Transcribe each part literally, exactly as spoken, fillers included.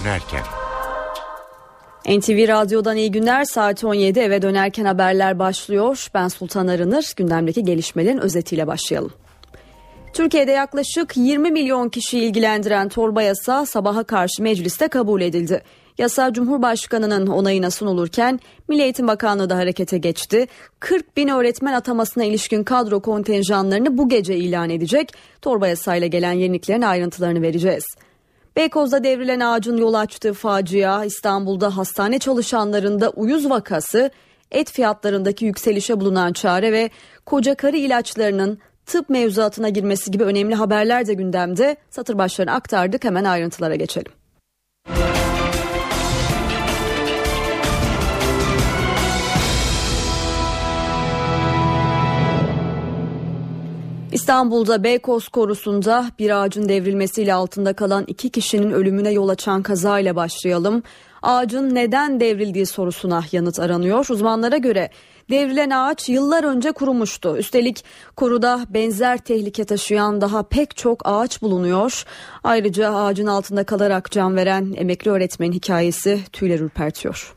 dönerken. N T V Radyo'dan iyi günler. Saat on yedi, eve dönerken haberler başlıyor. Ben Sultan Arınır. Gündemdeki gelişmelerin özetiyle başlayalım. Türkiye'de yaklaşık yirmi milyon kişiyi ilgilendiren torba yasa sabaha karşı mecliste kabul edildi. Yasa Cumhurbaşkanı'nın onayına sunulurken Milli Eğitim Bakanlığı da harekete geçti. kırk bin öğretmen atamasına ilişkin kadro kontenjanlarını bu gece ilan edecek. Torba yasayla gelen yeniliklerin ayrıntılarını vereceğiz. Beykoz'da devrilen ağacın yol açtığı facia, İstanbul'da hastane çalışanlarında uyuz vakası, et fiyatlarındaki yükselişe bulunan çare ve koca karı ilaçlarının tıp mevzuatına girmesi gibi önemli haberler de gündemde. Satır başlarını aktardık, hemen ayrıntılara geçelim. İstanbul'da Beykoz Korusu'nda bir ağacın devrilmesiyle altında kalan iki kişinin ölümüne yol açan kazayla başlayalım. Ağacın neden devrildiği sorusuna yanıt aranıyor. Uzmanlara göre devrilen ağaç yıllar önce kurumuştu. Üstelik koruda benzer tehlike taşıyan daha pek çok ağaç bulunuyor. Ayrıca ağacın altında kalarak can veren emekli öğretmenin hikayesi tüyler ürpertiyor.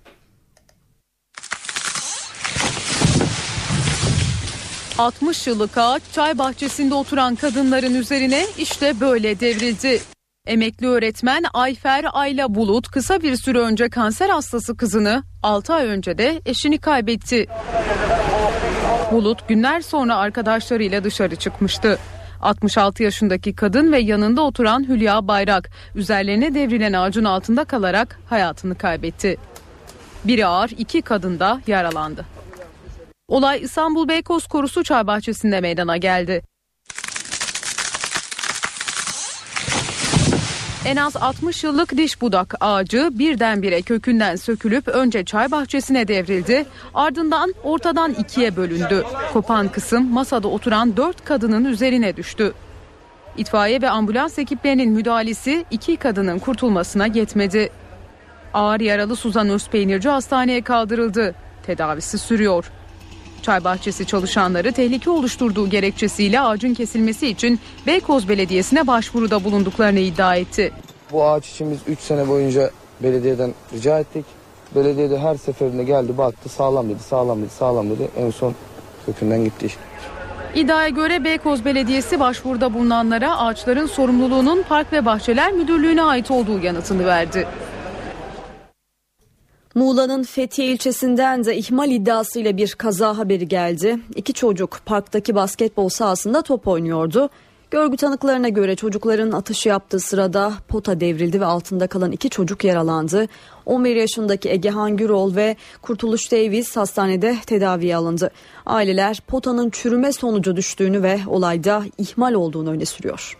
altmış yıllık ağaç çay bahçesinde oturan kadınların üzerine işte böyle devrildi. Emekli öğretmen Ayfer Ayla Bulut kısa bir süre önce kanser hastası kızını, altı ay önce de eşini kaybetti. Bulut günler sonra arkadaşlarıyla dışarı çıkmıştı. altmış altı yaşındaki kadın ve yanında oturan Hülya Bayrak üzerlerine devrilen ağacın altında kalarak hayatını kaybetti. Biri ağır, iki kadın da yaralandı. Olay İstanbul Beykoz Korusu Çay Bahçesi'nde meydana geldi. En az altmış yıllık diş budak ağacı birdenbire kökünden sökülüp önce çay bahçesine devrildi, ardından ortadan ikiye bölündü. Kopan kısım masada oturan dört kadının üzerine düştü. İtfaiye ve ambulans ekiplerinin müdahalesi iki kadının kurtulmasına yetmedi. Ağır yaralı Suzan Özpeynirci hastaneye kaldırıldı. Tedavisi sürüyor. Çay bahçesi çalışanları tehlike oluşturduğu gerekçesiyle ağacın kesilmesi için Beykoz Belediyesi'ne başvuruda bulunduklarını iddia etti. Bu ağaç için biz üç sene boyunca belediyeden rica ettik. Belediye de her seferinde geldi, baktı, sağlam dedi, sağlam dedi, sağlam dedi. En son kökünden gitti işte. İddiaya göre Beykoz Belediyesi başvuruda bulunanlara ağaçların sorumluluğunun Park ve Bahçeler Müdürlüğü'ne ait olduğu yanıtını verdi. Muğla'nın Fethiye ilçesinden de ihmal iddiasıyla bir kaza haberi geldi. İki çocuk parktaki basketbol sahasında top oynuyordu. Görgü tanıklarına göre çocukların atış yaptığı sırada pota devrildi ve altında kalan iki çocuk yaralandı. on bir yaşındaki Egehan Gürol ve Kurtuluş Davis hastanede tedaviye alındı. Aileler potanın çürüme sonucu düştüğünü ve olayda ihmal olduğunu öne sürüyor.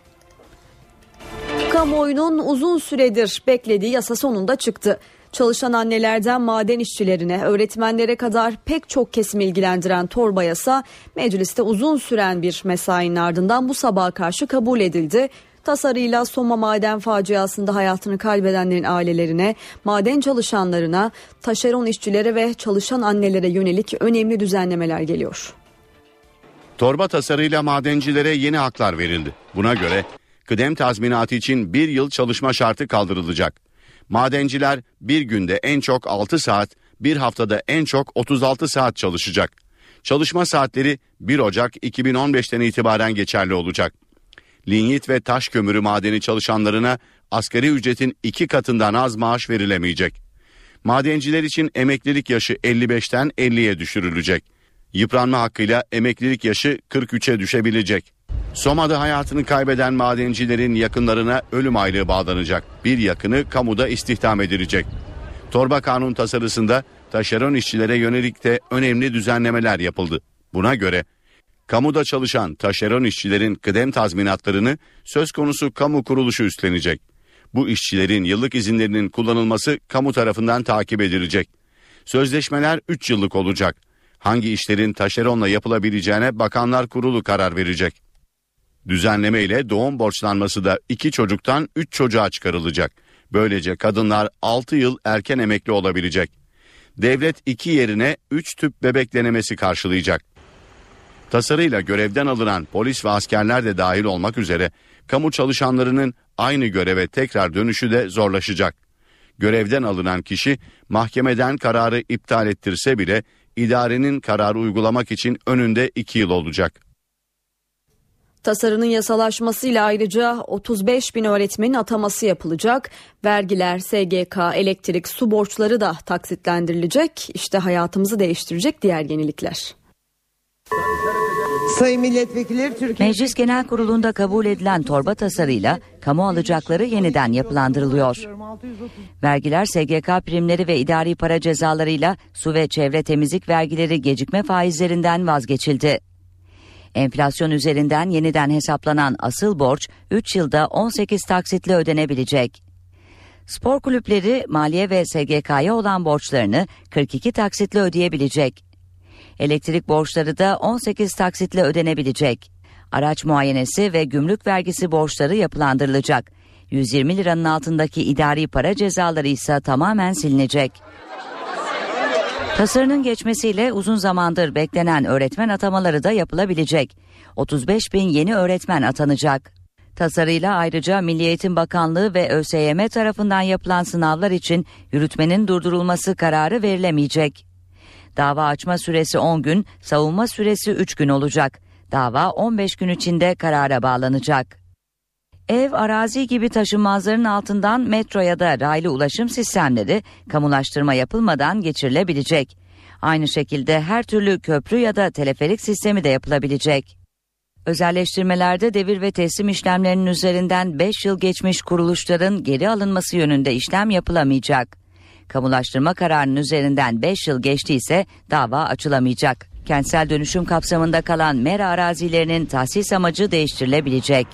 Kamuoyunun uzun süredir beklediği yasa sonunda çıktı. Çalışan annelerden maden işçilerine, öğretmenlere kadar pek çok kesimi ilgilendiren torba yasa mecliste uzun süren bir mesainin ardından bu sabaha karşı kabul edildi. Tasarıyla Soma maden faciasında hayatını kaybedenlerin ailelerine, maden çalışanlarına, taşeron işçilere ve çalışan annelere yönelik önemli düzenlemeler geliyor. Torba tasarıyla madencilere yeni haklar verildi. Buna göre kıdem tazminatı için bir yıl çalışma şartı kaldırılacak. Madenciler bir günde en çok altı saat, bir haftada en çok otuz altı saat çalışacak. Çalışma saatleri bir Ocak iki bin on beşten itibaren geçerli olacak. Linyit ve taş kömürü madeni çalışanlarına asgari ücretin iki katından az maaş verilemeyecek. Madenciler için emeklilik yaşı elli beşten elliye düşürülecek. Yıpranma hakkıyla emeklilik yaşı kırk üçe düşebilecek. Soma'da hayatını kaybeden madencilerin yakınlarına ölüm aylığı bağlanacak. Bir yakını kamuda istihdam edilecek. Torba kanun tasarısında taşeron işçilere yönelik de önemli düzenlemeler yapıldı. Buna göre kamuda çalışan taşeron işçilerin kıdem tazminatlarını söz konusu kamu kuruluşu üstlenecek. Bu işçilerin yıllık izinlerinin kullanılması kamu tarafından takip edilecek. Sözleşmeler üç yıllık olacak. Hangi işlerin taşeronla yapılabileceğine Bakanlar Kurulu karar verecek. Düzenleme ile doğum borçlanması da iki çocuktan üç çocuğa çıkarılacak. Böylece kadınlar altı yıl erken emekli olabilecek. Devlet iki yerine üç tüp bebek denemesi karşılayacak. Tasarıyla görevden alınan polis ve askerler de dahil olmak üzere kamu çalışanlarının aynı göreve tekrar dönüşü de zorlaşacak. Görevden alınan kişi mahkemeden kararı iptal ettirse bile idarenin kararı uygulamak için önünde iki yıl olacak. Tasarının yasalaşmasıyla ayrıca otuz beş bin öğretmenin ataması yapılacak. Vergiler, S G K, elektrik, su borçları da taksitlendirilecek. İşte hayatımızı değiştirecek diğer yenilikler. Sayın milletvekilleri, Türkiye Meclis Genel Kurulu'nda kabul edilen torba tasarıyla kamu alacakları yeniden yapılandırılıyor. Vergiler, S G K primleri ve idari para cezalarıyla su ve çevre temizlik vergileri gecikme faizlerinden vazgeçildi. Enflasyon üzerinden yeniden hesaplanan asıl borç üç yılda on sekiz taksitle ödenebilecek. Spor kulüpleri maliye ve S G K'ya olan borçlarını kırk iki taksitle ödeyebilecek. Elektrik borçları da on sekiz taksitle ödenebilecek. Araç muayenesi ve gümrük vergisi borçları yapılandırılacak. yüz yirmi liranın altındaki idari para cezaları ise tamamen silinecek. Tasarının geçmesiyle uzun zamandır beklenen öğretmen atamaları da yapılabilecek. otuz beş bin yeni öğretmen atanacak. Tasarıyla ayrıca Milli Eğitim Bakanlığı ve ÖSYM tarafından yapılan sınavlar için yürütmenin durdurulması kararı verilemeyecek. Dava açma süresi on gün, savunma süresi üç gün olacak. Dava on beş gün içinde karara bağlanacak. Ev, arazi gibi taşınmazların altından metro ya da raylı ulaşım sistemleri kamulaştırma yapılmadan geçirilebilecek. Aynı şekilde her türlü köprü ya da teleferik sistemi de yapılabilecek. Özelleştirmelerde devir ve teslim işlemlerinin üzerinden beş yıl geçmiş kuruluşların geri alınması yönünde işlem yapılamayacak. Kamulaştırma kararının üzerinden beş yıl geçtiyse dava açılamayacak. Kentsel dönüşüm kapsamında kalan mera arazilerinin tahsis amacı değiştirilebilecek.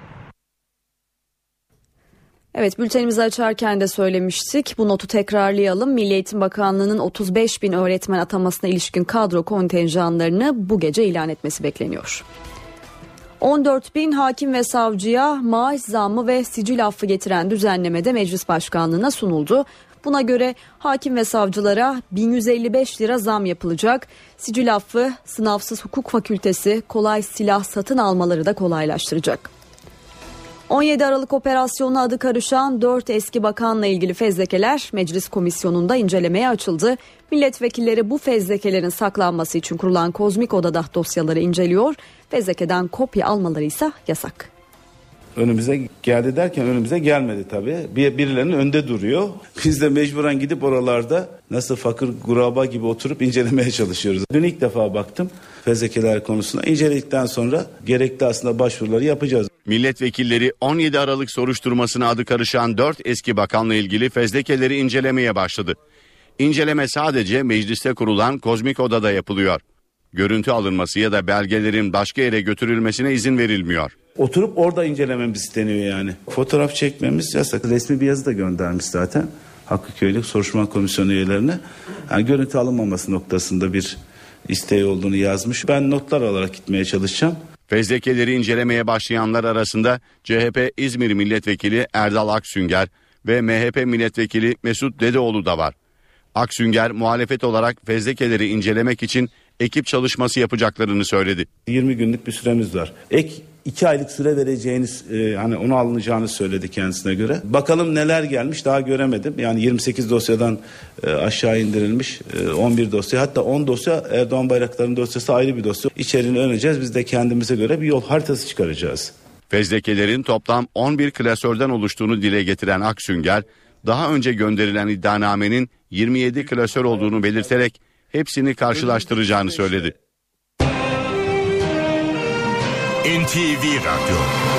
Evet, bültenimizi açarken de söylemiştik. Bu notu tekrarlayalım. Milli Eğitim Bakanlığı'nın otuz beş bin öğretmen atamasına ilişkin kadro kontenjanlarını bu gece ilan etmesi bekleniyor. on dört bin hakim ve savcıya maaş zammı ve sicil affı getiren düzenlemede Meclis Başkanlığı'na sunuldu. Buna göre hakim ve savcılara bin yüz elli beş lira zam yapılacak. Sicil affı, sınavsız hukuk fakültesi, kolay silah satın almaları da kolaylaştıracak. on yedi Aralık operasyonuna adı karışan dört eski bakanla ilgili fezlekeler meclis komisyonunda incelemeye açıldı. Milletvekilleri bu fezlekelerin saklanması için kurulan kozmik odada dosyaları inceliyor. Fezlekeden kopya almaları ise yasak. Önümüze geldi derken önümüze gelmedi tabii. Bir, birilerinin önde duruyor. Biz de mecburen gidip oralarda nasıl fakir guraba gibi oturup incelemeye çalışıyoruz. Dün ilk defa baktım fezlekeler konusuna. İnceledikten sonra gerekli aslında başvuruları yapacağız. Milletvekilleri on yedi Aralık soruşturmasına adı karışan dört eski bakanla ilgili fezlekeleri incelemeye başladı. İnceleme sadece mecliste kurulan kozmik odada yapılıyor. Görüntü alınması ya da belgelerin başka yere götürülmesine izin verilmiyor. Oturup orada incelememiz isteniyor yani. Fotoğraf çekmemiz yasak. Resmi bir yazı da göndermiş zaten Hakkıköylük Soruşturma Komisyonu üyelerine. Yani görüntü alınmaması noktasında bir isteği olduğunu yazmış. Ben notlar alarak gitmeye çalışacağım. Fezlekeleri incelemeye başlayanlar arasında C H P İzmir Milletvekili Erdal Aksünger ve M H P Milletvekili Mesut Dedeoğlu da var. Aksünger muhalefet olarak fezlekeleri incelemek için ekip çalışması yapacaklarını söyledi. yirmi günlük bir süremiz var. Ek iki aylık süre vereceğiniz, e, hani onu alınacağını söyledi kendisine göre. Bakalım neler gelmiş, daha göremedim. Yani yirmi sekiz dosyadan e, aşağı indirilmiş e, on bir dosya, hatta on dosya Erdoğan Bayraktar'ın dosyası ayrı bir dosya. İçeriğini öğreneceğiz, biz de kendimize göre bir yol haritası çıkaracağız. Fezlekelerin toplam on bir klasörden oluştuğunu dile getiren Aksünger, daha önce gönderilen iddianamenin yirmi yedi klasör olduğunu belirterek hepsini karşılaştıracağını söyledi. N T V Radyo.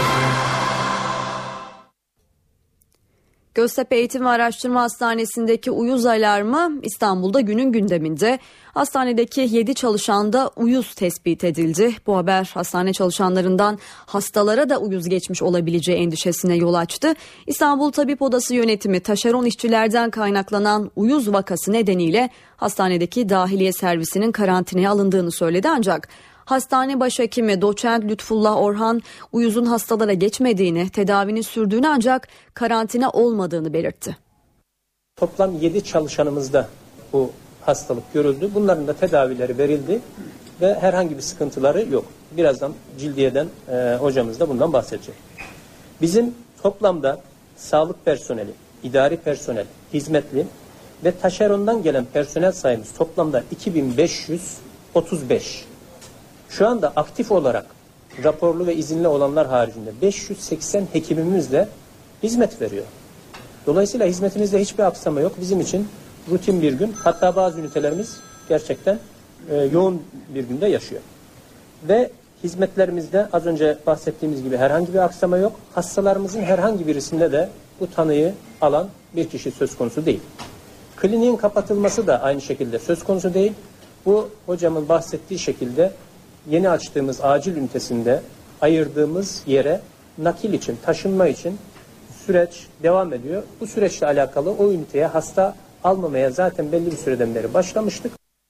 Göztepe Eğitim ve Araştırma Hastanesi'ndeki uyuz alarmı İstanbul'da günün gündeminde. Hastanedeki yedi çalışanda uyuz tespit edildi. Bu haber hastane çalışanlarından hastalara da uyuz geçmiş olabileceği endişesine yol açtı. İstanbul Tabip Odası yönetimi taşeron işçilerden kaynaklanan uyuz vakası nedeniyle hastanedeki dahiliye servisinin karantinaya alındığını söyledi, ancak hastane başhekimi doçent Lütfullah Orhan uyuzun hastalara geçmediğini, tedavinin sürdüğünü ancak karantina olmadığını belirtti. Toplam yedi çalışanımızda bu hastalık görüldü. Bunların da tedavileri verildi ve herhangi bir sıkıntıları yok. Birazdan Cildiye'den e, hocamız da bundan bahsedecek. Bizim toplamda sağlık personeli, idari personel, hizmetli ve taşerondan gelen personel sayımız toplamda iki bin beş yüz otuz beş. Şu anda aktif olarak raporlu ve izinli olanlar haricinde beş yüz seksen hekimimiz de hizmet veriyor. Dolayısıyla hizmetinizde hiçbir aksama yok. Bizim için rutin bir gün, hatta bazı ünitelerimiz gerçekten e, yoğun bir günde yaşıyor. Ve hizmetlerimizde az önce bahsettiğimiz gibi herhangi bir aksama yok. Hastalarımızın herhangi birisinde de bu tanıyı alan bir kişi söz konusu değil. Kliniğin kapatılması da aynı şekilde söz konusu değil. Bu hocamın bahsettiği şekilde yeni açtığımız acil ünitesinde ayırdığımız yere nakil için, taşınma için süreç devam ediyor. Bu süreçle alakalı o üniteye hasta almamaya zaten belli bir süreden beri başlamıştık.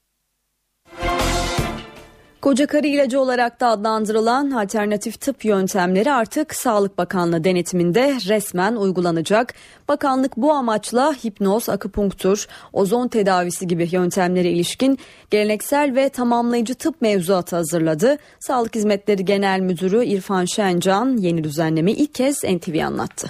Kocakarı ilacı olarak da adlandırılan alternatif tıp yöntemleri artık Sağlık Bakanlığı denetiminde resmen uygulanacak. Bakanlık bu amaçla hipnoz, akupunktur, ozon tedavisi gibi yöntemlere ilişkin geleneksel ve tamamlayıcı tıp mevzuatı hazırladı. Sağlık Hizmetleri Genel Müdürü İrfan Şencan yeni düzenlemeyi ilk kez N T V'ye anlattı.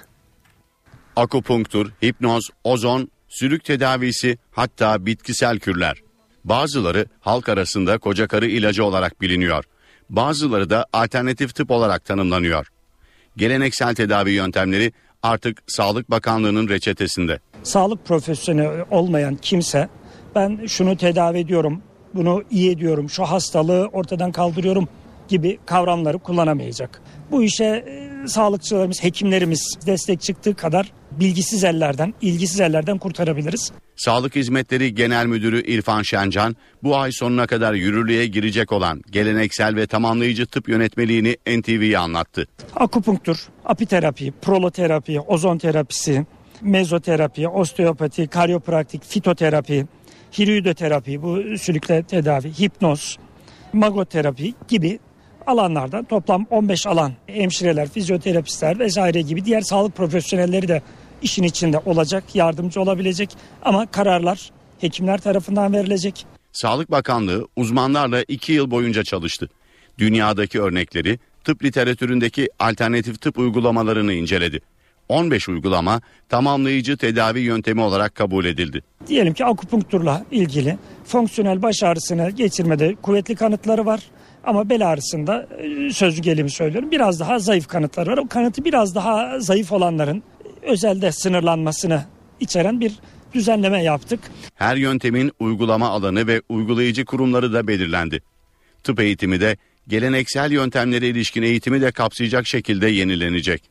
Akupunktur, hipnoz, ozon, sülük tedavisi, hatta bitkisel kürler. Bazıları halk arasında kocakarı ilacı olarak biliniyor. Bazıları da alternatif tıp olarak tanımlanıyor. Geleneksel tedavi yöntemleri artık Sağlık Bakanlığı'nın reçetesinde. Sağlık profesyoneli olmayan kimse ben şunu tedavi ediyorum, bunu iyi ediyorum, şu hastalığı ortadan kaldırıyorum gibi kavramları kullanamayacak. Bu işe e, sağlıkçılarımız, hekimlerimiz destek çıktığı kadar bilgisiz ellerden, ilgisiz ellerden kurtarabiliriz. Sağlık Hizmetleri Genel Müdürü İrfan Şencan bu ay sonuna kadar yürürlüğe girecek olan geleneksel ve tamamlayıcı tıp yönetmeliğini N T V'ye anlattı. Akupunktur, apiterapi, proloterapi, ozon terapisi, mezoterapi, osteopati, karyopraktik, fitoterapi, hiruidoterapi, bu sülükle tedavi, hipnoz, magoterapi gibi alanlardan toplam on beş alan, hemşireler, fizyoterapistler vesaire gibi diğer sağlık profesyonelleri de işin içinde olacak, yardımcı olabilecek ama kararlar hekimler tarafından verilecek. Sağlık Bakanlığı uzmanlarla iki yıl boyunca çalıştı. Dünyadaki örnekleri, tıp literatüründeki alternatif tıp uygulamalarını inceledi. on beş uygulama tamamlayıcı tedavi yöntemi olarak kabul edildi. Diyelim ki akupunkturla ilgili fonksiyonel baş ağrısını geçirmede kuvvetli kanıtları var. Ama bel ağrısında sözlü gelimi söylüyorum biraz daha zayıf kanıtlar var. O kanıtı biraz daha zayıf olanların özelde sınırlanmasını içeren bir düzenleme yaptık. Her yöntemin uygulama alanı ve uygulayıcı kurumları da belirlendi. Tıp eğitimi de geleneksel yöntemlere ilişkin eğitimi de kapsayacak şekilde yenilenecek.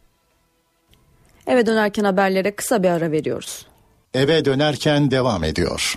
Eve dönerken haberlere kısa bir ara veriyoruz. Eve dönerken devam ediyor.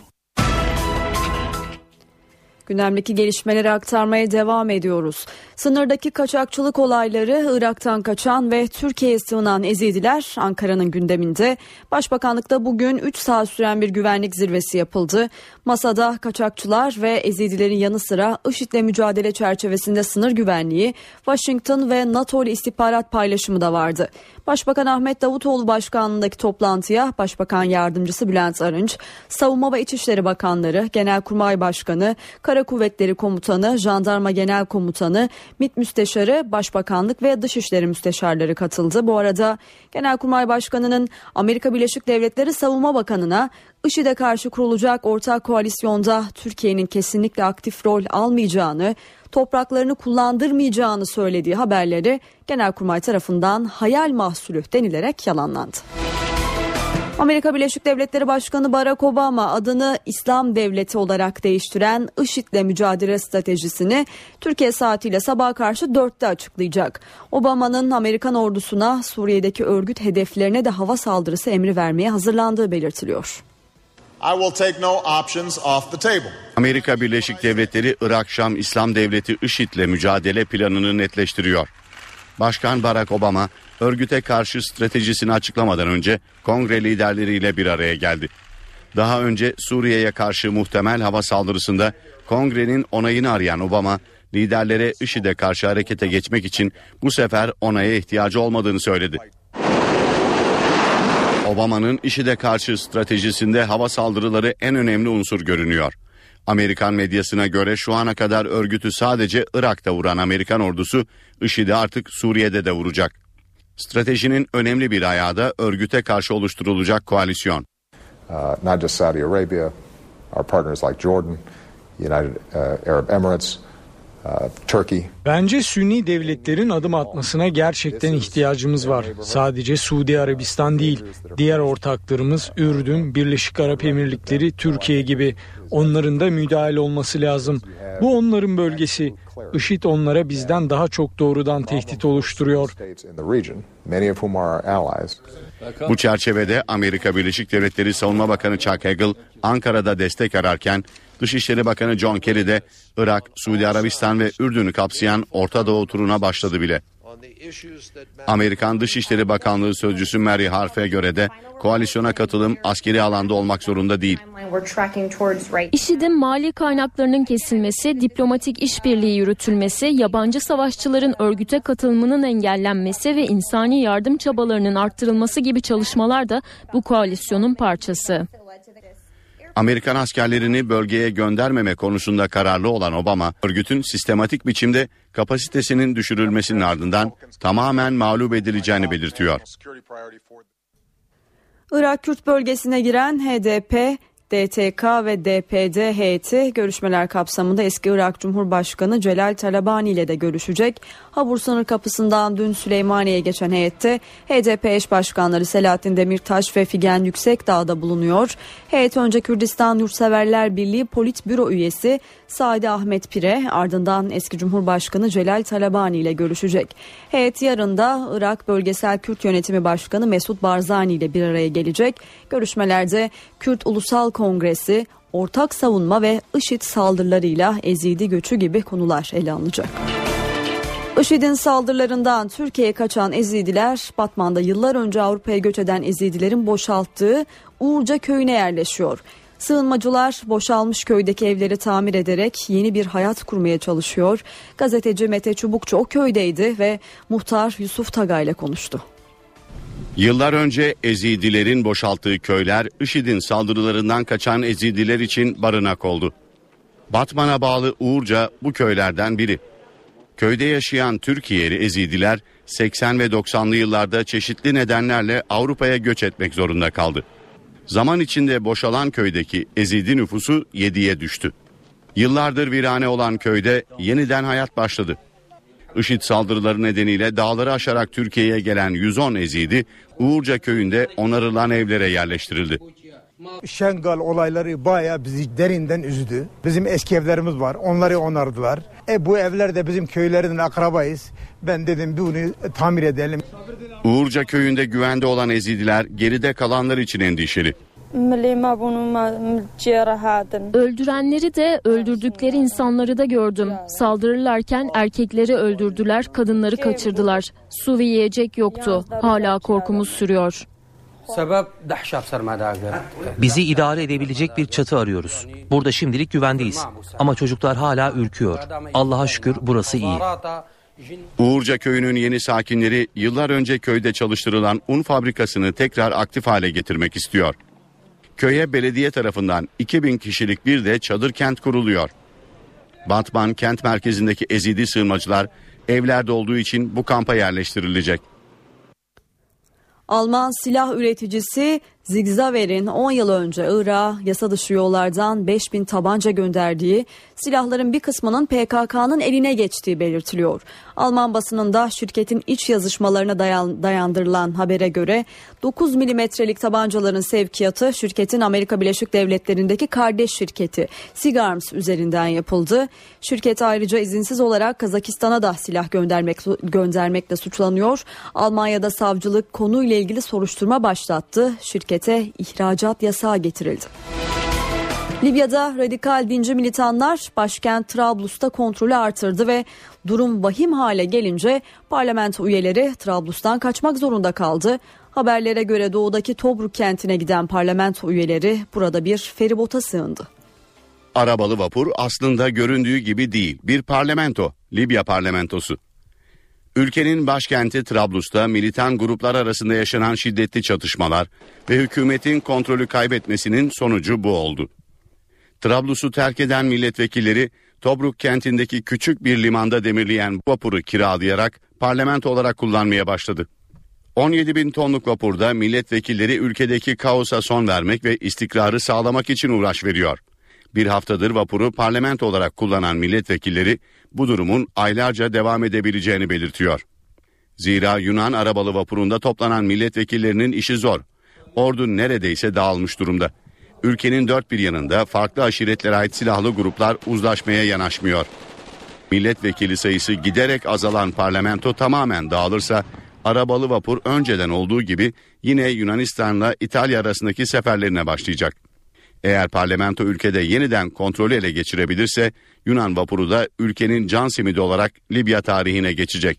Gündemdeki gelişmeleri aktarmaya devam ediyoruz. Sınırdaki kaçakçılık olayları, Irak'tan kaçan ve Türkiye'ye sığınan Ezidiler Ankara'nın gündeminde. Başbakanlıkta bugün üç saat süren bir güvenlik zirvesi yapıldı. Masada kaçakçılar ve Ezidilerin yanı sıra IŞİD'le mücadele çerçevesinde sınır güvenliği, Washington ve NATO ile istihbarat paylaşımı da vardı. Başbakan Ahmet Davutoğlu başkanlığındaki toplantıya Başbakan Yardımcısı Bülent Arınç, Savunma ve İçişleri Bakanları, Genelkurmay Başkanı, Kara Kuvvetleri Komutanı, Jandarma Genel Komutanı, MİT Müsteşarı, Başbakanlık ve Dışişleri Müsteşarları katıldı. Bu arada Genelkurmay Başkanı'nın Amerika Birleşik Devletleri Savunma Bakanı'na IŞİD'e karşı kurulacak ortak koalisyonda Türkiye'nin kesinlikle aktif rol almayacağını, topraklarını kullandırmayacağını söylediği haberleri Genelkurmay tarafından hayal mahsulü denilerek yalanlandı. Amerika Birleşik Devletleri Başkanı Barack Obama adını İslam Devleti olarak değiştiren IŞİD'le mücadele stratejisini Türkiye saatiyle sabaha karşı dörtte açıklayacak. Obama'nın Amerikan ordusuna Suriye'deki örgüt hedeflerine de hava saldırısı emri vermeye hazırlandığı belirtiliyor. I will take no options off the table. Amerika Birleşik Devletleri Irak Şam İslam Devleti IŞİD'le mücadele planını netleştiriyor. Başkan Barack Obama örgüte karşı stratejisini açıklamadan önce kongre liderleriyle bir araya geldi. Daha önce Suriye'ye karşı muhtemel hava saldırısında kongrenin onayını arayan Obama, liderlere IŞİD'e karşı harekete geçmek için bu sefer onaya ihtiyacı olmadığını söyledi. Obama'nın IŞİD'e karşı stratejisinde hava saldırıları en önemli unsur görünüyor. Amerikan medyasına göre şu ana kadar örgütü sadece Irak'ta vuran Amerikan ordusu IŞİD'i artık Suriye'de de vuracak. Stratejinin önemli bir ayağı da örgüte karşı oluşturulacak koalisyon. Uh, not just Saudi Arabia, our partners like Jordan, United uh, Arab Emirates, uh, Turkey. Bence Sünni devletlerin adım atmasına gerçekten ihtiyacımız var. Sadece Suudi Arabistan değil, diğer ortaklarımız Ürdün, Birleşik Arap Emirlikleri, Türkiye gibi. Onların da müdahale olması lazım. Bu onların bölgesi. IŞİD onlara bizden daha çok doğrudan tehdit oluşturuyor. Bu çerçevede Amerika Birleşik Devletleri Savunma Bakanı Chuck Hagel Ankara'da destek ararken Dışişleri Bakanı John Kerry de Irak, Suudi Arabistan ve Ürdün'ü kapsayan Orta Doğu turuna başladı bile. Amerikan Dışişleri Bakanlığı Sözcüsü Mary Harf'e göre de koalisyona katılım askeri alanda olmak zorunda değil. IŞİD'in mali kaynaklarının kesilmesi, diplomatik işbirliği yürütülmesi, yabancı savaşçıların örgüte katılımının engellenmesi ve insani yardım çabalarının arttırılması gibi çalışmalar da bu koalisyonun parçası. Amerikan askerlerini bölgeye göndermeme konusunda kararlı olan Obama, örgütün sistematik biçimde kapasitesinin düşürülmesinin ardından tamamen mağlup edileceğini belirtiyor. Irak Kürt bölgesine giren H D P, D T K ve D P D heyeti görüşmeler kapsamında eski Irak Cumhurbaşkanı Celal Talabani ile de görüşecek. Habur sınır kapısından dün Süleymaniye'ye geçen heyette H D P eş başkanları Selahattin Demirtaş ve Figen Yüksekdağ'da bulunuyor. Heyet önce Kürdistan Yurtseverler Birliği Politbüro üyesi Sadi Ahmet Pire, ardından eski Cumhurbaşkanı Celal Talabani ile görüşecek. Heyet yarın da Irak Bölgesel Kürt Yönetimi Başkanı Mesut Barzani ile bir araya gelecek. Görüşmelerde Kürt Ulusal Kongresi, ortak savunma ve IŞİD saldırılarıyla Ezidi göçü gibi konular ele alınacak. IŞİD'in saldırılarından Türkiye'ye kaçan Ezidiler, Batman'da yıllar önce Avrupa'ya göç eden Ezidilerin boşalttığı Uğurca köyüne yerleşiyor. Sığınmacılar boşalmış köydeki evleri tamir ederek yeni bir hayat kurmaya çalışıyor. Gazeteci Mete Çubukçu o köydeydi ve muhtar Yusuf Taga ile konuştu. Yıllar önce Ezidilerin boşalttığı köyler IŞİD'in saldırılarından kaçan Ezidiler için barınak oldu. Batman'a bağlı Uğurca bu köylerden biri. Köyde yaşayan Türkiye'li Ezidiler seksen ve doksanlı yıllarda çeşitli nedenlerle Avrupa'ya göç etmek zorunda kaldı. Zaman içinde boşalan köydeki Ezidi nüfusu yediye düştü. Yıllardır virane olan köyde yeniden hayat başladı. IŞİD saldırıları nedeniyle dağları aşarak Türkiye'ye gelen yüz on Ezidi Uğurca köyünde onarılan evlere yerleştirildi. Şengal olayları bayağı bizi derinden üzdü. Bizim eski evlerimiz var, onları onardılar. E bu evler de bizim köylerden akrabayız. Ben dedim bunu tamir edelim. Uğurca köyünde güvende olan Ezidiler geride kalanlar için endişeli. Öldürenleri de öldürdükleri insanları da gördüm. Saldırırlarken erkekleri öldürdüler, kadınları kaçırdılar. Su ve yiyecek yoktu. Hala korkumuz sürüyor. Bizi idare edebilecek bir çatı arıyoruz. Burada şimdilik güvendeyiz. Ama çocuklar hala ürküyor. Allah'a şükür burası iyi. Uğurca köyünün yeni sakinleri yıllar önce köyde çalıştırılan un fabrikasını tekrar aktif hale getirmek istiyor. Köye belediye tarafından iki bin kişilik bir de çadır kent kuruluyor. Batman kent merkezindeki Ezidi sığınmacılar evlerde olduğu için bu kampa yerleştirilecek. Alman silah üreticisi Zigzaver'in on yıl önce Irak'a yasa dışı yollardan beş bin tabanca gönderdiği, silahların bir kısmının P K K'nın eline geçtiği belirtiliyor. Alman basınında şirketin iç yazışmalarına dayan, dayandırılan habere göre dokuz milimetrelik tabancaların sevkiyatı şirketin Amerika Birleşik Devletleri'ndeki kardeş şirketi Sigarms üzerinden yapıldı. Şirket ayrıca izinsiz olarak Kazakistan'a da silah göndermek, göndermekle suçlanıyor. Almanya'da savcılık konuyla ilgili soruşturma başlattı. Şirket ihracat yasağı getirildi. Libya'da radikal dinci militanlar başkent Trablus'ta kontrolü artırdı ve durum vahim hale gelince parlamento üyeleri Trablus'tan kaçmak zorunda kaldı. Haberlere göre doğudaki Tobruk kentine giden parlamento üyeleri burada bir feribota sığındı. Arabalı vapur aslında göründüğü gibi değil, bir parlamento, Libya parlamentosu. Ülkenin başkenti Trablus'ta militan gruplar arasında yaşanan şiddetli çatışmalar ve hükümetin kontrolü kaybetmesinin sonucu bu oldu. Trablus'u terk eden milletvekilleri Tobruk kentindeki küçük bir limanda demirleyen vapuru kiralayarak parlamento olarak kullanmaya başladı. on yedi bin tonluk vapurda milletvekilleri ülkedeki kaosa son vermek ve istikrarı sağlamak için uğraş veriyor. Bir haftadır vapuru parlamento olarak kullanan milletvekilleri bu durumun aylarca devam edebileceğini belirtiyor. Zira Yunan arabalı vapurunda toplanan milletvekillerinin işi zor. Ordu neredeyse dağılmış durumda. Ülkenin dört bir yanında farklı aşiretlere ait silahlı gruplar uzlaşmaya yanaşmıyor. Milletvekili sayısı giderek azalan parlamento tamamen dağılırsa arabalı vapur önceden olduğu gibi yine Yunanistan'la İtalya arasındaki seferlerine başlayacak. Eğer parlamento ülkede yeniden kontrolü ele geçirebilirse Yunan vapuru da ülkenin can simidi olarak Libya tarihine geçecek.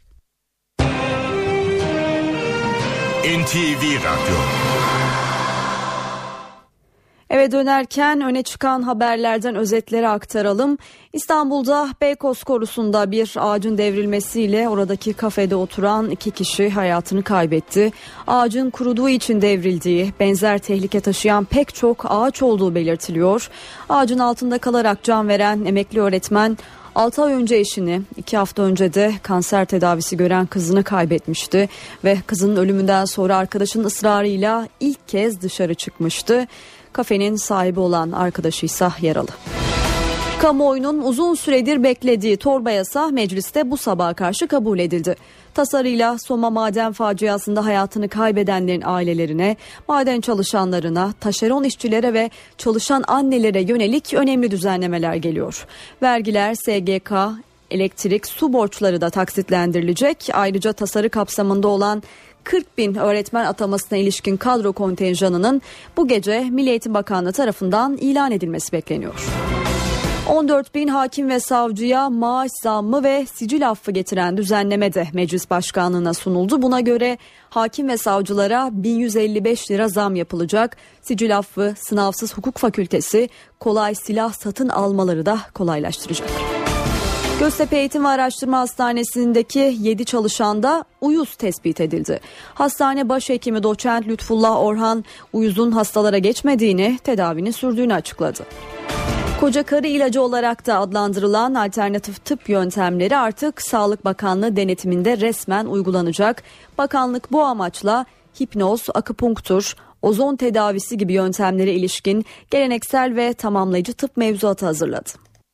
N T V Radyo. Eve dönerken öne çıkan haberlerden özetleri aktaralım. İstanbul'da Beykoz Korusu'nda bir ağacın devrilmesiyle oradaki kafede oturan iki kişi hayatını kaybetti. Ağacın kuruduğu için devrildiği, benzer tehlike taşıyan pek çok ağaç olduğu belirtiliyor. Ağacın altında kalarak can veren emekli öğretmen altı ay önce eşini, iki hafta önce de kanser tedavisi gören kızını kaybetmişti ve kızının ölümünden sonra arkadaşının ısrarıyla ilk kez dışarı çıkmıştı. Kafenin sahibi olan arkadaşı ise yaralı. Kamuoyunun uzun süredir beklediği torba yasa mecliste bu sabaha karşı kabul edildi. Tasarıyla Soma maden faciasında hayatını kaybedenlerin ailelerine, maden çalışanlarına, taşeron işçilere ve çalışan annelere yönelik önemli düzenlemeler geliyor. Vergiler, S G K, elektrik, su borçları da taksitlendirilecek. Ayrıca tasarı kapsamında olan kırk bin öğretmen atamasına ilişkin kadro kontenjanının bu gece Milli Eğitim Bakanlığı tarafından ilan edilmesi bekleniyor. on dört bin hakim ve savcıya maaş zammı ve sicil affı getiren düzenleme de meclis başkanlığına sunuldu. Buna göre hakim ve savcılara bin yüz elli beş lira zam yapılacak. Sicil affı, sınavsız hukuk fakültesi, kolay silah satın almaları da kolaylaştıracak. Göztepe Eğitim ve Araştırma Hastanesi'ndeki yedi çalışanda uyuz tespit edildi. Hastane başhekimi doçent Lütfullah Orhan uyuzun hastalara geçmediğini, tedavinin sürdüğünü açıkladı. Koca karı ilacı olarak da adlandırılan alternatif tıp yöntemleri artık Sağlık Bakanlığı denetiminde resmen uygulanacak. Bakanlık bu amaçla hipnoz, akupunktur, ozon tedavisi gibi yöntemlere ilişkin geleneksel ve tamamlayıcı tıp mevzuatı hazırladı.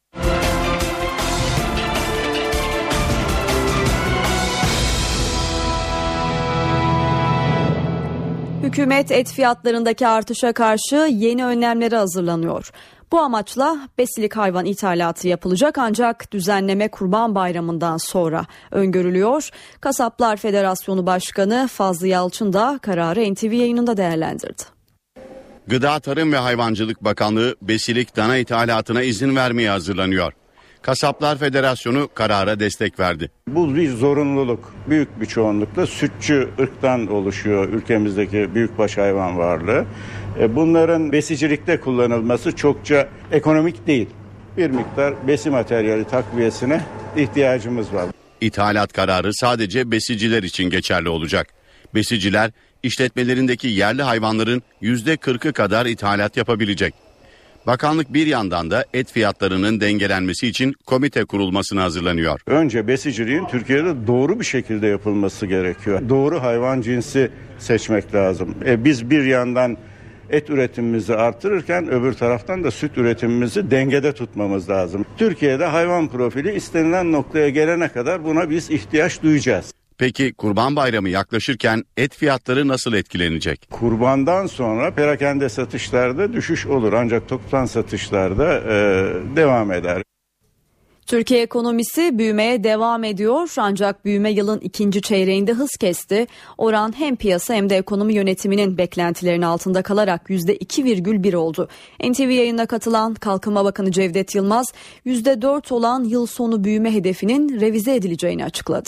Hükümet et fiyatlarındaki artışa karşı yeni önlemlere hazırlanıyor. Bu amaçla besilik hayvan ithalatı yapılacak ancak düzenleme Kurban Bayramı'ndan sonra öngörülüyor. Kasaplar Federasyonu Başkanı Fazlı Yalçın da kararı N T V yayınında değerlendirdi. Gıda, Tarım ve Hayvancılık Bakanlığı besilik dana ithalatına izin vermeye hazırlanıyor. Kasaplar Federasyonu karara destek verdi. Bu bir zorunluluk. Büyük bir çoğunlukla sütçü ırktan oluşuyor ülkemizdeki büyükbaş hayvan varlığı. Bunların besicilikte kullanılması çokça ekonomik değil. Bir miktar besi materyali takviyesine ihtiyacımız var. İthalat kararı sadece besiciler için geçerli olacak. Besiciler işletmelerindeki yerli hayvanların yüzde kırkı kadar ithalat yapabilecek. Bakanlık bir yandan da et fiyatlarının dengelenmesi için komite kurulmasına hazırlanıyor. Önce besiciliğin Türkiye'de doğru bir şekilde yapılması gerekiyor. Doğru hayvan cinsi seçmek lazım. E biz bir yandan et üretimimizi artırırken öbür taraftan da süt üretimimizi dengede tutmamız lazım. Türkiye'de hayvan profili istenilen noktaya gelene kadar buna biz ihtiyaç duyacağız. Peki Kurban Bayramı yaklaşırken et fiyatları nasıl etkilenecek? Kurbandan sonra perakende satışlarda düşüş olur ancak toptan satışlarda e, devam eder. Türkiye ekonomisi büyümeye devam ediyor ancak büyüme yılın ikinci çeyreğinde hız kesti. Oran hem piyasa hem de ekonomi yönetiminin beklentilerinin altında kalarak yüzde iki virgül bir oldu. N T V yayınına katılan Kalkınma Bakanı Cevdet Yılmaz yüzde dört olan yıl sonu büyüme hedefinin revize edileceğini açıkladı.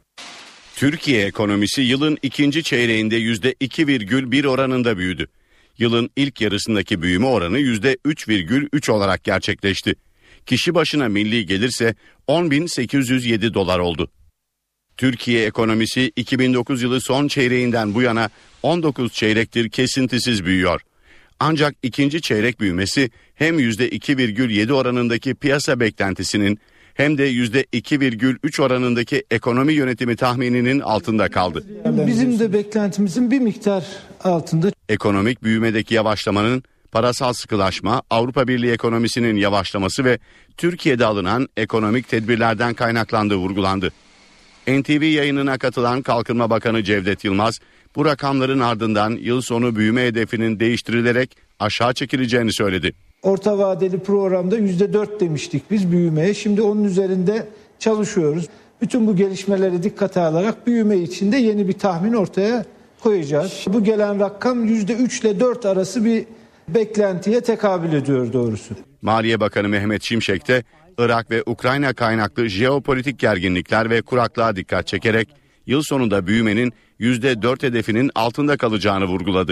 Türkiye ekonomisi yılın ikinci çeyreğinde yüzde iki virgül bir oranında büyüdü. Yılın ilk yarısındaki büyüme oranı yüzde üç virgül üç olarak gerçekleşti. Kişi başına milli gelirse on bin sekiz yüz yedi dolar oldu. Türkiye ekonomisi iki bin dokuz yılı son çeyreğinden bu yana on dokuz çeyrektir kesintisiz büyüyor. Ancak ikinci çeyrek büyümesi hem yüzde iki virgül yedi oranındaki piyasa beklentisinin hem de yüzde iki virgül üç oranındaki ekonomi yönetimi tahmininin altında kaldı. Bizim de beklentimizin bir miktar altında. Ekonomik büyümedeki yavaşlamanın parasal sıkılaşma, Avrupa Birliği ekonomisinin yavaşlaması ve Türkiye'de alınan ekonomik tedbirlerden kaynaklandığı vurgulandı. N T V yayınına katılan Kalkınma Bakanı Cevdet Yılmaz, bu rakamların ardından yıl sonu büyüme hedefinin değiştirilerek aşağı çekileceğini söyledi. Orta vadeli programda yüzde dört demiştik biz büyümeye. Şimdi onun üzerinde çalışıyoruz. Bütün bu gelişmeleri dikkate alarak büyüme içinde yeni bir tahmin ortaya koyacağız. Bu gelen rakam yüzde üç ile dört arası bir beklentiye tekabül ediyor doğrusu. Maliye Bakanı Mehmet Şimşek de Irak ve Ukrayna kaynaklı jeopolitik gerginlikler ve kuraklığa dikkat çekerek yıl sonunda büyümenin yüzde dört hedefinin altında kalacağını vurguladı.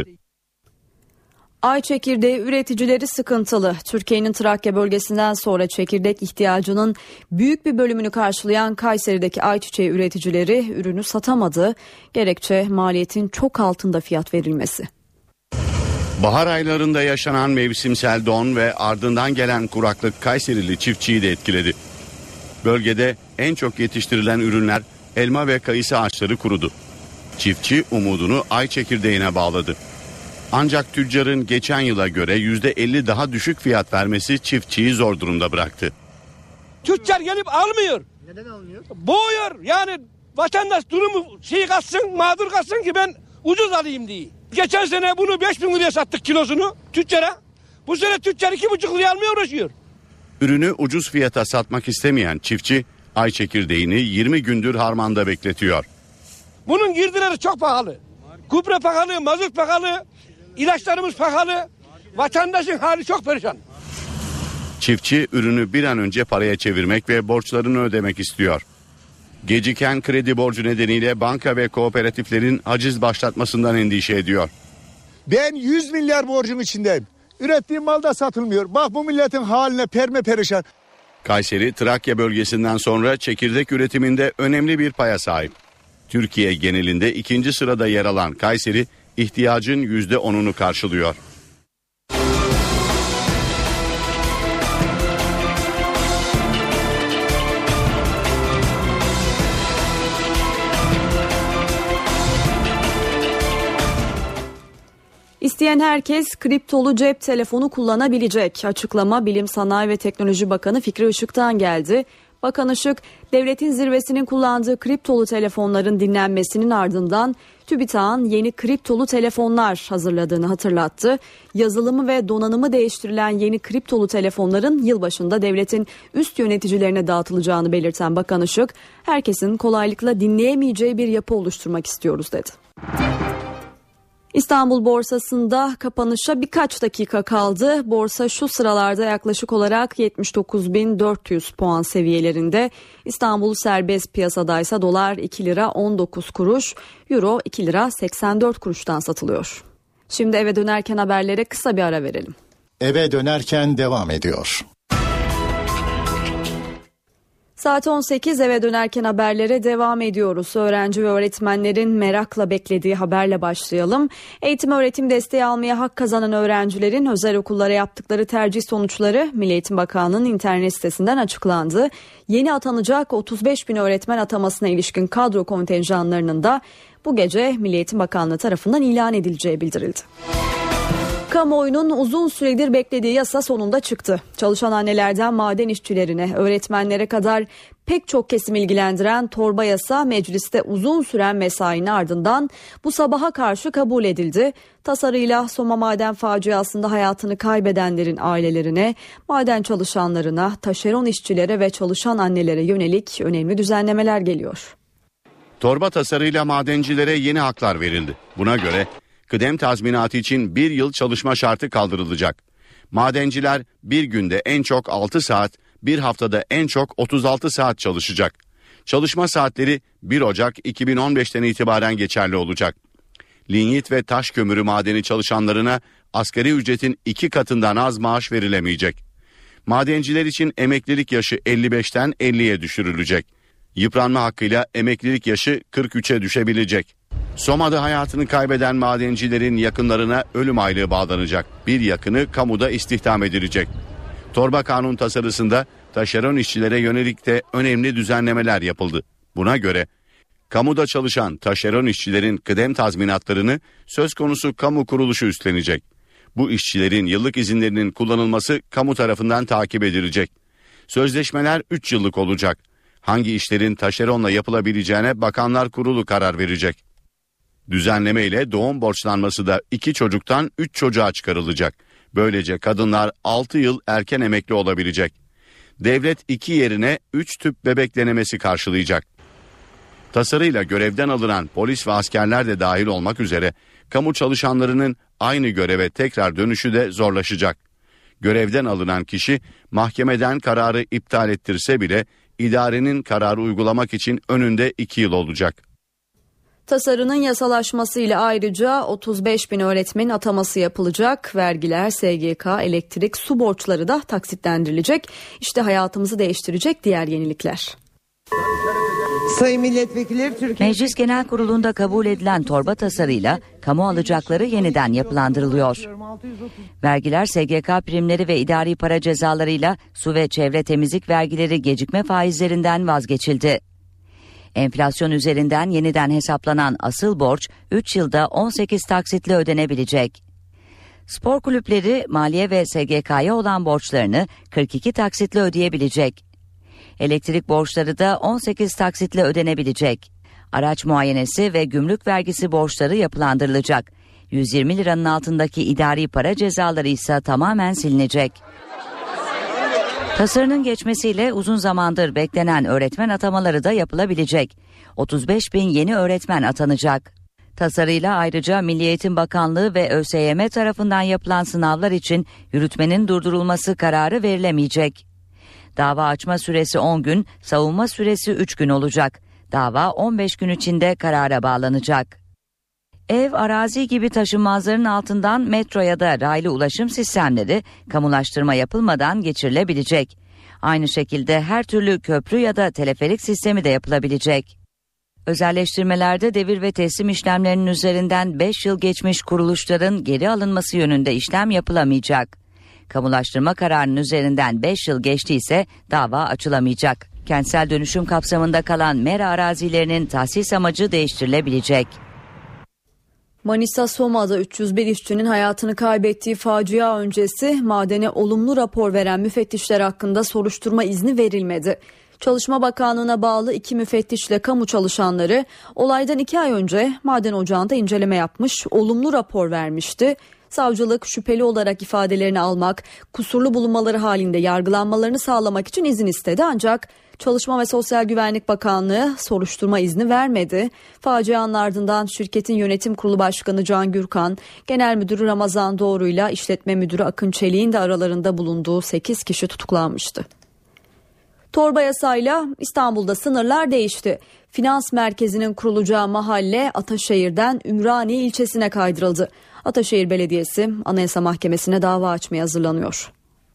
Ay çekirdeği üreticileri sıkıntılı. Türkiye'nin Trakya bölgesinden sonra çekirdek ihtiyacının büyük bir bölümünü karşılayan Kayseri'deki ayçiçeği üreticileri ürünü satamadı. Gerekçe maliyetin çok altında fiyat verilmesi. Bahar aylarında yaşanan mevsimsel don ve ardından gelen kuraklık Kayserili çiftçiyi de etkiledi. Bölgede en çok yetiştirilen ürünler elma ve kayısı ağaçları kurudu. Çiftçi umudunu ay çekirdeğine bağladı. Ancak tüccarın geçen yıla göre yüzde elli daha düşük fiyat vermesi çiftçiyi zor durumda bıraktı. Tüccar gelip almıyor. Neden almıyor? Boğuyor. Yani vatandaş durumu şey katsın, mağdur katsın ki ben ucuz alayım diye. Geçen sene bunu beş bin liraya sattık kilosunu tüccara. Bu sene tüccar iki buçuk liraya almaya uğraşıyor. Ürünü ucuz fiyata satmak istemeyen çiftçi ay çekirdeğini yirmi gündür harmanda bekletiyor. Bunun girdileri çok pahalı. Gübre pahalı, mazot pahalı, ilaçlarımız pahalı. Vatandaşın hali çok perişan. Çiftçi ürünü bir an önce paraya çevirmek ve borçlarını ödemek istiyor. Geciken kredi borcu nedeniyle banka ve kooperatiflerin haciz başlatmasından endişe ediyor. Ben yüz milyar borcum içindeyim. Ürettiğim mal da satılmıyor. Bak bu milletin haline perme perişan. Kayseri, Trakya bölgesinden sonra çekirdek üretiminde önemli bir paya sahip. Türkiye genelinde ikinci sırada yer alan Kayseri, ihtiyacın yüzde onunu karşılıyor. İsteyen herkes kriptolu cep telefonu kullanabilecek. Açıklama Bilim Sanayi ve Teknoloji Bakanı Fikri Işık'tan geldi. Bakan Işık, devletin zirvesinin kullandığı kriptolu telefonların dinlenmesinin ardından TÜBİTAK'ın yeni kriptolu telefonlar hazırladığını hatırlattı. Yazılımı ve donanımı değiştirilen yeni kriptolu telefonların yılbaşında devletin üst yöneticilerine dağıtılacağını belirten Bakan Işık, herkesin kolaylıkla dinleyemeyeceği bir yapı oluşturmak istiyoruz dedi. İstanbul borsasında kapanışa birkaç dakika kaldı. Borsa şu sıralarda yaklaşık olarak yetmiş dokuz bin dört yüz puan seviyelerinde. İstanbul serbest piyasadaysa dolar iki lira on dokuz kuruş, euro iki lira seksen dört kuruştan satılıyor. Şimdi eve dönerken haberlere kısa bir ara verelim. Eve dönerken devam ediyor. Saat on sekiz, eve dönerken haberlere devam ediyoruz. Öğrenci ve öğretmenlerin merakla beklediği haberle başlayalım. Eğitim öğretim desteği almaya hak kazanan öğrencilerin özel okullara yaptıkları tercih sonuçları Milli Eğitim Bakanlığı'nın internet sitesinden açıklandı. Yeni atanacak otuz beş bin öğretmen atamasına ilişkin kadro kontenjanlarının da bu gece Milli Eğitim Bakanlığı tarafından ilan edileceği bildirildi. Kamuoyunun uzun süredir beklediği yasa sonunda çıktı. Çalışan annelerden maden işçilerine, öğretmenlere kadar pek çok kesim ilgilendiren torba yasa mecliste uzun süren mesainin ardından bu sabaha karşı kabul edildi. Tasarıyla Soma maden faciasında hayatını kaybedenlerin ailelerine, maden çalışanlarına, taşeron işçilere ve çalışan annelere yönelik önemli düzenlemeler geliyor. Torba tasarıyla madencilere yeni haklar verildi. Buna göre kıdem tazminatı için bir yıl çalışma şartı kaldırılacak. Madenciler bir günde en çok altı saat, bir haftada en çok otuz altı saat çalışacak. Çalışma saatleri bir Ocak iki bin on beşten itibaren geçerli olacak. Linyit ve taş kömürü madeni çalışanlarına asgari ücretin iki katından az maaş verilemeyecek. Madenciler için emeklilik yaşı elli beşten elliye düşürülecek. Yıpranma hakkıyla emeklilik yaşı kırk üçe düşebilecek. Soma'da hayatını kaybeden madencilerin yakınlarına ölüm aylığı bağlanacak. Bir yakını kamuda istihdam edilecek. Torba kanun tasarısında taşeron işçilere yönelik de önemli düzenlemeler yapıldı. Buna göre kamuda çalışan taşeron işçilerin kıdem tazminatlarını söz konusu kamu kuruluşu üstlenecek. Bu işçilerin yıllık izinlerinin kullanılması kamu tarafından takip edilecek. Sözleşmeler üç yıllık olacak. Hangi işlerin taşeronla yapılabileceğine Bakanlar Kurulu karar verecek. Düzenleme ile doğum borçlanması da iki çocuktan üç çocuğa çıkarılacak. Böylece kadınlar altı yıl erken emekli olabilecek. Devlet iki yerine üç tüp bebek denemesi karşılayacak. Tasarıyla görevden alınan polis ve askerler de dahil olmak üzere kamu çalışanlarının aynı göreve tekrar dönüşü de zorlaşacak. Görevden alınan kişi mahkemeden kararı iptal ettirse bile idarenin kararı uygulamak için önünde iki yıl olacak. Tasarının yasalaşmasıyla ayrıca otuz beş bin öğretmenin ataması yapılacak. Vergiler, S G K, elektrik, su borçları da taksitlendirilecek. İşte hayatımızı değiştirecek diğer yenilikler. Sayın milletvekilleri, Türkiye Meclis Genel Kurulu'nda kabul edilen torba tasarıyla kamu alacakları yeniden yapılandırılıyor. Vergiler, S G K primleri ve idari para cezalarıyla su ve çevre temizlik vergileri gecikme faizlerinden vazgeçildi. Enflasyon üzerinden yeniden hesaplanan asıl borç üç yılda on sekiz taksitle ödenebilecek. Spor kulüpleri maliye ve S G K'ya olan borçlarını kırk iki taksitle ödeyebilecek. Elektrik borçları da on sekiz taksitle ödenebilecek. Araç muayenesi ve gümrük vergisi borçları yapılandırılacak. yüz yirmi liranın altındaki idari para cezaları ise tamamen silinecek. Tasarının geçmesiyle uzun zamandır beklenen öğretmen atamaları da yapılabilecek. otuz beş bin yeni öğretmen atanacak. Tasarıyla ayrıca Milli Eğitim Bakanlığı ve ÖSYM tarafından yapılan sınavlar için yürütmenin durdurulması kararı verilemeyecek. Dava açma süresi on gün, savunma süresi üç gün olacak. Dava on beş gün içinde karara bağlanacak. Ev, arazi gibi taşınmazların altından metro ya da raylı ulaşım sistemleri kamulaştırma yapılmadan geçirilebilecek. Aynı şekilde her türlü köprü ya da teleferik sistemi de yapılabilecek. Özelleştirmelerde devir ve teslim işlemlerinin üzerinden beş yıl geçmiş kuruluşların geri alınması yönünde işlem yapılamayacak. Kamulaştırma kararının üzerinden beş yıl geçtiyse dava açılamayacak. Kentsel dönüşüm kapsamında kalan mera arazilerinin tahsis amacı değiştirilebilecek. Manisa Soma'da üç yüz bir işçinin hayatını kaybettiği facia öncesi madene olumlu rapor veren müfettişler hakkında soruşturma izni verilmedi. Çalışma Bakanlığı'na bağlı iki müfettişle kamu çalışanları olaydan iki ay önce maden ocağında inceleme yapmış, olumlu rapor vermişti. Savcılık şüpheli olarak ifadelerini almak, kusurlu bulunmaları halinde yargılanmalarını sağlamak için izin istedi ancak Çalışma ve Sosyal Güvenlik Bakanlığı soruşturma izni vermedi. Facianın ardından şirketin yönetim kurulu başkanı Can Gürkan, genel müdürü Ramazan Doğru'yla işletme müdürü Akın Çelik'in de aralarında bulunduğu sekiz kişi tutuklanmıştı. Torba yasayla İstanbul'da sınırlar değişti. Finans merkezinin kurulacağı mahalle Ataşehir'den Ümraniye ilçesine kaydırıldı. Ataşehir Belediyesi Anayasa Mahkemesi'ne dava açmaya hazırlanıyor.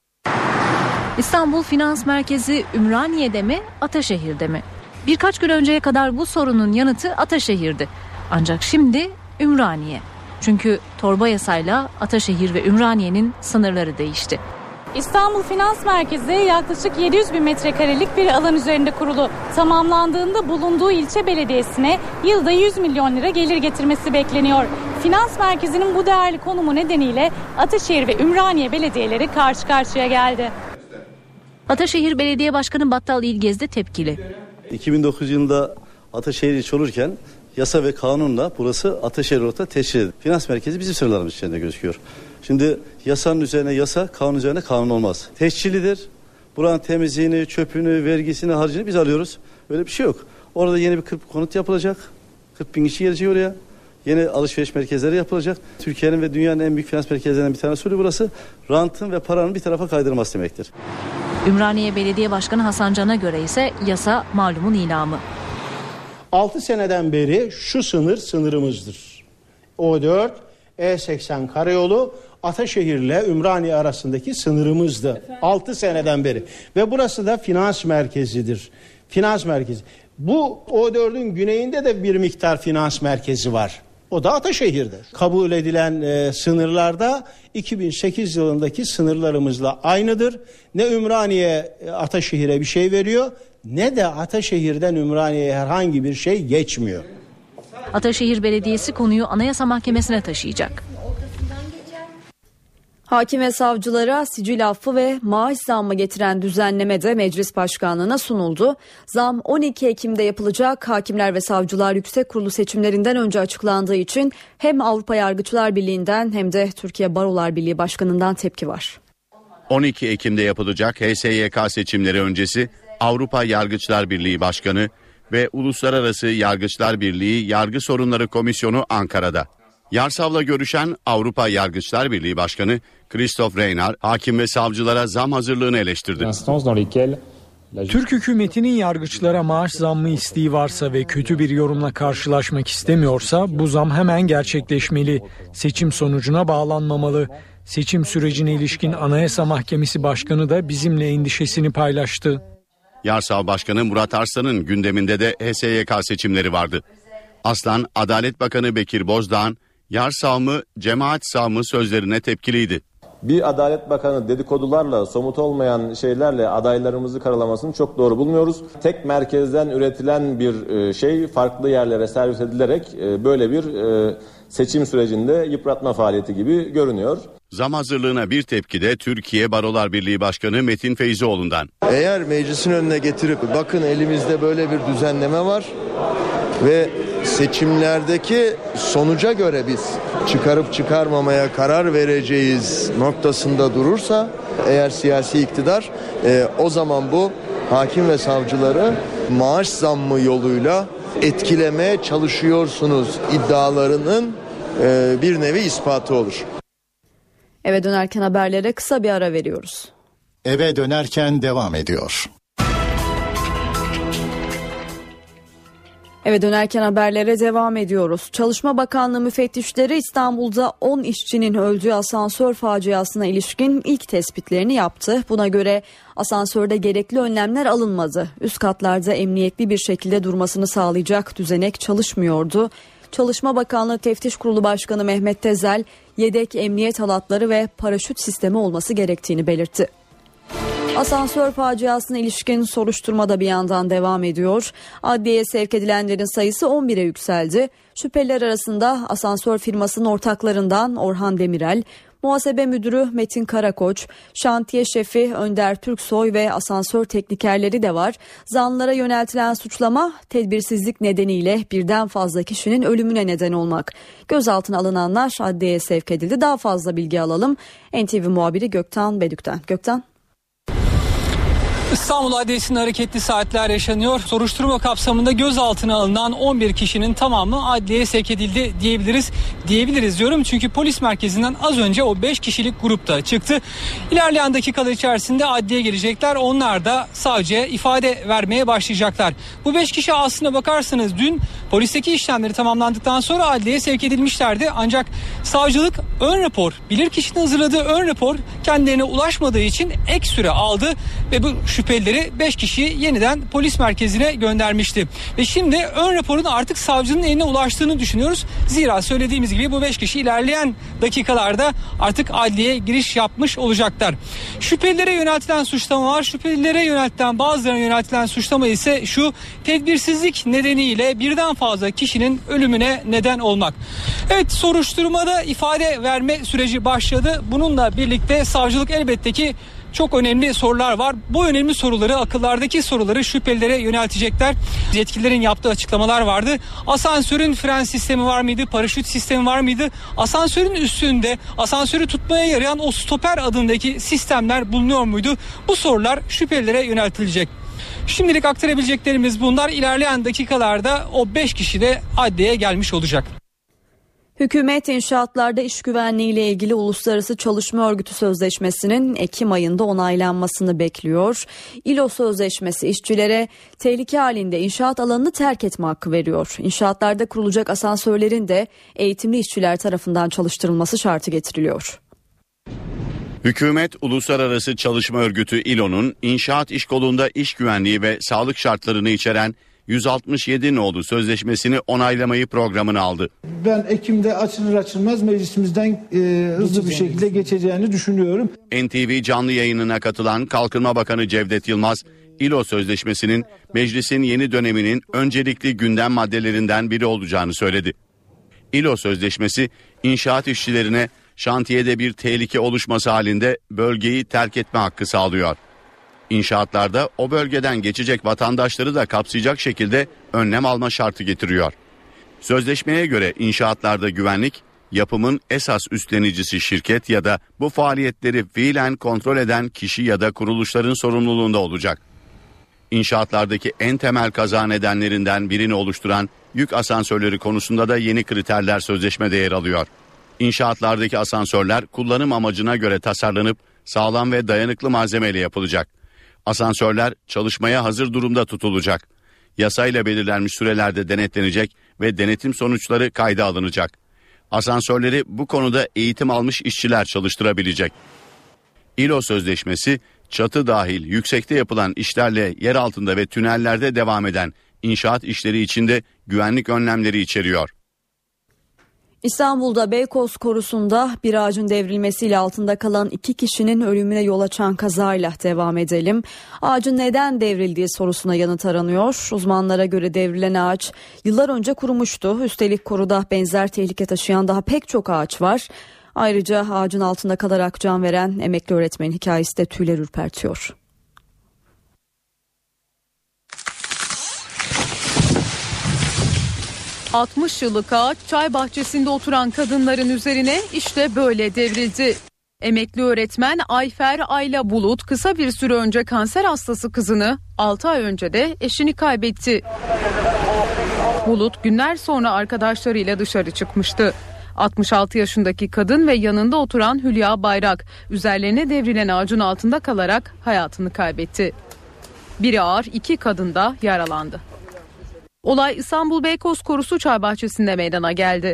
İstanbul Finans Merkezi Ümraniye'de mi, Ataşehir'de mi? Birkaç gün önceye kadar bu sorunun yanıtı Ataşehir'di. Ancak şimdi Ümraniye. Çünkü torba yasayla Ataşehir ve Ümraniye'nin sınırları değişti. İstanbul Finans Merkezi yaklaşık yedi yüz bin metrekarelik bir alan üzerinde kurulu. Tamamlandığında bulunduğu ilçe belediyesine yılda yüz milyon lira gelir getirmesi bekleniyor. Finans merkezinin bu değerli konumu nedeniyle Ataşehir ve Ümraniye belediyeleri karşı karşıya geldi. Ataşehir Belediye Başkanı Battal İlgez de tepkili. iki bin dokuz yılında Ataşehir ilçe olurken yasa ve kanunla burası Ataşehir olarak teşkil edildi. Finans merkezi bizim sınırlarımız içinde gözüküyor. Şimdi yasanın üzerine yasa, kanun üzerine kanun olmaz. Teşkilidir. Buranın temizliğini, çöpünü, vergisini, harcını biz alıyoruz. Öyle bir şey yok. Orada yeni bir kırk konut yapılacak. kırk bin kişi gelecek oraya. Yeni alışveriş merkezleri yapılacak. Türkiye'nin ve dünyanın en büyük finans merkezlerinden bir tanesi oluyor burası. Rantın ve paranın bir tarafa kaydırılması demektir. Ümraniye Belediye Başkanı Hasan Can'a göre ise yasa malumun ilamı. altı seneden beri şu sınır sınırımızdır. O dört, E seksen karayolu Ataşehir'le Ümraniye arasındaki sınırımızdı. altı seneden beri. Ve burası da finans merkezidir. Finans merkezi. Bu O dördün güneyinde de bir miktar finans merkezi var. O da Ataşehir'de. Kabul edilen e, sınırlarda iki bin sekiz yılındaki sınırlarımızla aynıdır. Ne Ümraniye e, Ataşehir'e bir şey veriyor, ne de Ataşehir'den Ümraniye'ye herhangi bir şey geçmiyor. Ataşehir Belediyesi konuyu Anayasa Mahkemesi'ne taşıyacak. Hakim ve savcılara sicil affı ve maaş zammı getiren düzenleme de Meclis Başkanlığı'na sunuldu. Zam on iki Ekim'de yapılacak. Hakimler ve Savcılar Yüksek Kurulu seçimlerinden önce açıklandığı için hem Avrupa Yargıçlar Birliği'nden hem de Türkiye Barolar Birliği Başkanı'ndan tepki var. on iki Ekim'de yapılacak H S Y K seçimleri öncesi Avrupa Yargıçlar Birliği Başkanı ve Uluslararası Yargıçlar Birliği Yargı Sorunları Komisyonu Ankara'da. Yarsav'la görüşen Avrupa Yargıçlar Birliği Başkanı Christoph Reiner, hakim ve savcılara zam hazırlığını eleştirdi. Türk hükümetinin yargıçlara maaş zammı isteği varsa ve kötü bir yorumla karşılaşmak istemiyorsa bu zam hemen gerçekleşmeli. Seçim sonucuna bağlanmamalı. Seçim sürecine ilişkin Anayasa Mahkemesi Başkanı da bizimle endişesini paylaştı. Yarsav Başkanı Murat Arslan'ın gündeminde de H S Y K seçimleri vardı. Aslan, Adalet Bakanı Bekir Bozdağ'ın yarsav mı, cemaat sav mı sözlerine tepkiliydi. Bir Adalet Bakanı dedikodularla, somut olmayan şeylerle adaylarımızı karalamasını çok doğru bulmuyoruz. Tek merkezden üretilen bir şey farklı yerlere servis edilerek böyle bir seçim sürecinde yıpratma faaliyeti gibi görünüyor. Zam hazırlığına bir tepki de Türkiye Barolar Birliği Başkanı Metin Feyzioğlu'ndan. Eğer meclisin önüne getirip bakın elimizde böyle bir düzenleme var ve seçimlerdeki sonuca göre biz çıkarıp çıkarmamaya karar vereceğiz noktasında durursa eğer siyasi iktidar e, o zaman bu hakim ve savcıları maaş zammı yoluyla etkilemeye çalışıyorsunuz iddialarının e, bir nevi ispatı olur. Eve dönerken haberlere kısa bir ara veriyoruz. Eve dönerken devam ediyor. Eve dönerken haberlere devam ediyoruz. Çalışma Bakanlığı müfettişleri İstanbul'da on işçinin öldüğü asansör faciasına ilişkin ilk tespitlerini yaptı. Buna göre asansörde gerekli önlemler alınmadı. Üst katlarda emniyetli bir şekilde durmasını sağlayacak düzenek çalışmıyordu. Çalışma Bakanlığı Teftiş Kurulu Başkanı Mehmet Tezel, yedek emniyet halatları ve paraşüt sistemi olması gerektiğini belirtti. Asansör faciasına ilişkin soruşturma da bir yandan devam ediyor. Adliyeye sevk edilenlerin sayısı on bire yükseldi. Şüpheliler arasında asansör firmasının ortaklarından Orhan Demirel, muhasebe müdürü Metin Karakoç, şantiye şefi Önder Türksoy ve asansör teknikerleri de var. Zanlılara yöneltilen suçlama tedbirsizlik nedeniyle birden fazla kişinin ölümüne neden olmak. Gözaltına alınanlar adliyeye sevk edildi. Daha fazla bilgi alalım. N T V muhabiri Gökten Bedük'ten. Gökten. İstanbul Adliyesi'nde hareketli saatler yaşanıyor. Soruşturma kapsamında gözaltına alınan on bir kişinin tamamı adliyeye sevk edildi diyebiliriz. Diyebiliriz diyorum çünkü polis merkezinden az önce o beş kişilik grupta çıktı. İlerleyen dakikalar içerisinde adliyeye gelecekler. Onlar da savcıya ifade vermeye başlayacaklar. Bu beş kişi aslına bakarsanız dün polisteki işlemleri tamamlandıktan sonra adliyeye sevk edilmişlerdi. Ancak savcılık ön rapor, bilirkişinin hazırladığı ön rapor kendilerine ulaşmadığı için ek süre aldı ve bu şüphelileri beş kişiyi yeniden polis merkezine göndermişti. Ve şimdi ön raporun artık savcının eline ulaştığını düşünüyoruz. Zira söylediğimiz gibi bu beş kişi ilerleyen dakikalarda artık adliyeye giriş yapmış olacaklar. Şüphelilere yöneltilen suçlama var. Şüphelilere yöneltilen bazılarına yöneltilen suçlama ise şu: tedbirsizlik nedeniyle birden fazla kişinin ölümüne neden olmak. Evet, soruşturmada ifade verme süreci başladı. Bununla birlikte savcılık elbette ki çok önemli sorular var. Bu önemli soruları, akıllardaki soruları şüphelilere yöneltecekler. Yetkililerin yaptığı açıklamalar vardı. Asansörün fren sistemi var mıydı? Paraşüt sistemi var mıydı? Asansörün üstünde asansörü tutmaya yarayan o stoper adındaki sistemler bulunuyor muydu? Bu sorular şüphelilere yöneltilecek. Şimdilik aktarabileceklerimiz bunlar. İlerleyen dakikalarda o beş kişi de adliyeye gelmiş olacak. Hükümet inşaatlarda iş güvenliği ile ilgili Uluslararası Çalışma Örgütü Sözleşmesi'nin Ekim ayında onaylanmasını bekliyor. İ L O Sözleşmesi işçilere tehlike halinde inşaat alanını terk etme hakkı veriyor. İnşaatlarda kurulacak asansörlerin de eğitimli işçiler tarafından çalıştırılması şartı getiriliyor. Hükümet, Uluslararası Çalışma Örgütü İ L O'nun inşaat iş kolunda iş güvenliği ve sağlık şartlarını içeren yüz altmış yedi nolu sözleşmesini onaylamayı programına aldı. Ben Ekim'de açılır açılmaz meclisimizden e, hızlı bir şekilde geçeceğini düşünüyorum. N T V canlı yayınına katılan Kalkınma Bakanı Cevdet Yılmaz, İ L O Sözleşmesi'nin meclisin yeni döneminin öncelikli gündem maddelerinden biri olacağını söyledi. İ L O Sözleşmesi, inşaat işçilerine şantiyede bir tehlike oluşması halinde bölgeyi terk etme hakkı sağlıyor. İnşaatlarda o bölgeden geçecek vatandaşları da kapsayacak şekilde önlem alma şartı getiriyor. Sözleşmeye göre inşaatlarda güvenlik, yapımın esas üstlenicisi şirket ya da bu faaliyetleri fiilen kontrol eden kişi ya da kuruluşların sorumluluğunda olacak. İnşaatlardaki en temel kaza nedenlerinden birini oluşturan yük asansörleri konusunda da yeni kriterler sözleşmede yer alıyor. İnşaatlardaki asansörler kullanım amacına göre tasarlanıp sağlam ve dayanıklı malzemeyle yapılacak. Asansörler çalışmaya hazır durumda tutulacak. Yasayla belirlenmiş sürelerde denetlenecek ve denetim sonuçları kayda alınacak. Asansörleri bu konuda eğitim almış işçiler çalıştırabilecek. İ L O Sözleşmesi, çatı dahil yüksekte yapılan işlerle yer altında ve tünellerde devam eden inşaat işleri içinde güvenlik önlemleri içeriyor. İstanbul'da Beykoz Korusu'nda bir ağacın devrilmesiyle altında kalan iki kişinin ölümüne yol açan kazayla devam edelim. Ağacın neden devrildiği sorusuna yanıt aranıyor. Uzmanlara göre devrilen ağaç yıllar önce kurumuştu. Üstelik koruda benzer tehlike taşıyan daha pek çok ağaç var. Ayrıca ağacın altında kalarak can veren emekli öğretmenin hikayesi de tüyler ürpertiyor. altmış yıllık ağaç çay bahçesinde oturan kadınların üzerine işte böyle devrildi. Emekli öğretmen Ayfer Ayla Bulut kısa bir süre önce kanser hastası kızını, altı ay önce de eşini kaybetti. Bulut günler sonra arkadaşlarıyla dışarı çıkmıştı. altmış altı yaşındaki kadın ve yanında oturan Hülya Bayrak üzerlerine devrilen ağacın altında kalarak hayatını kaybetti. Biri ağır, iki kadın da yaralandı. Olay İstanbul Beykoz Korusu Çay Bahçesi'nde meydana geldi.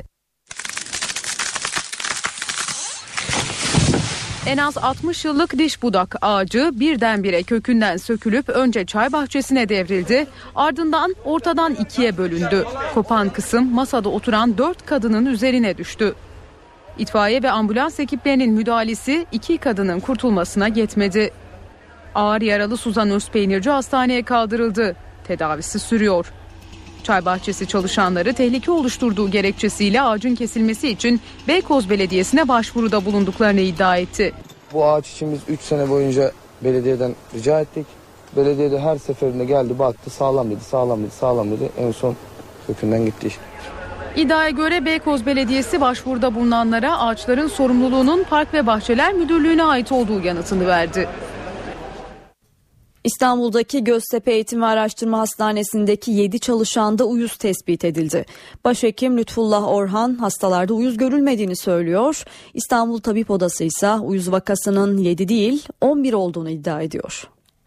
En az altmış yıllık diş budak ağacı birdenbire kökünden sökülüp önce çay bahçesine devrildi, ardından ortadan ikiye bölündü. Kopan kısım masada oturan dört kadının üzerine düştü. İtfaiye ve ambulans ekiplerinin müdahalesi iki kadının kurtulmasına yetmedi. Ağır yaralı Suzan Özpeynirci hastaneye kaldırıldı. Tedavisi sürüyor. Çay bahçesi çalışanları tehlike oluşturduğu gerekçesiyle ağacın kesilmesi için Beykoz Belediyesi'ne başvuruda bulunduklarını iddia etti. Bu ağaç için biz üç sene boyunca belediyeden rica ettik. Belediye de her seferinde geldi, baktı, sağlam dedi, sağlam dedi, sağlam dedi. En son kökünden gitti işte. İddiaya göre Beykoz Belediyesi başvuruda bulunanlara ağaçların sorumluluğunun Park ve Bahçeler Müdürlüğü'ne ait olduğu yanıtını verdi. İstanbul'daki Göztepe Eğitim ve Araştırma Hastanesi'ndeki yedi çalışanda uyuz tespit edildi. Başhekim Lütfullah Orhan hastalarda uyuz görülmediğini söylüyor. İstanbul Tabip Odası ise uyuz vakasının yedi değil on bir olduğunu iddia ediyor.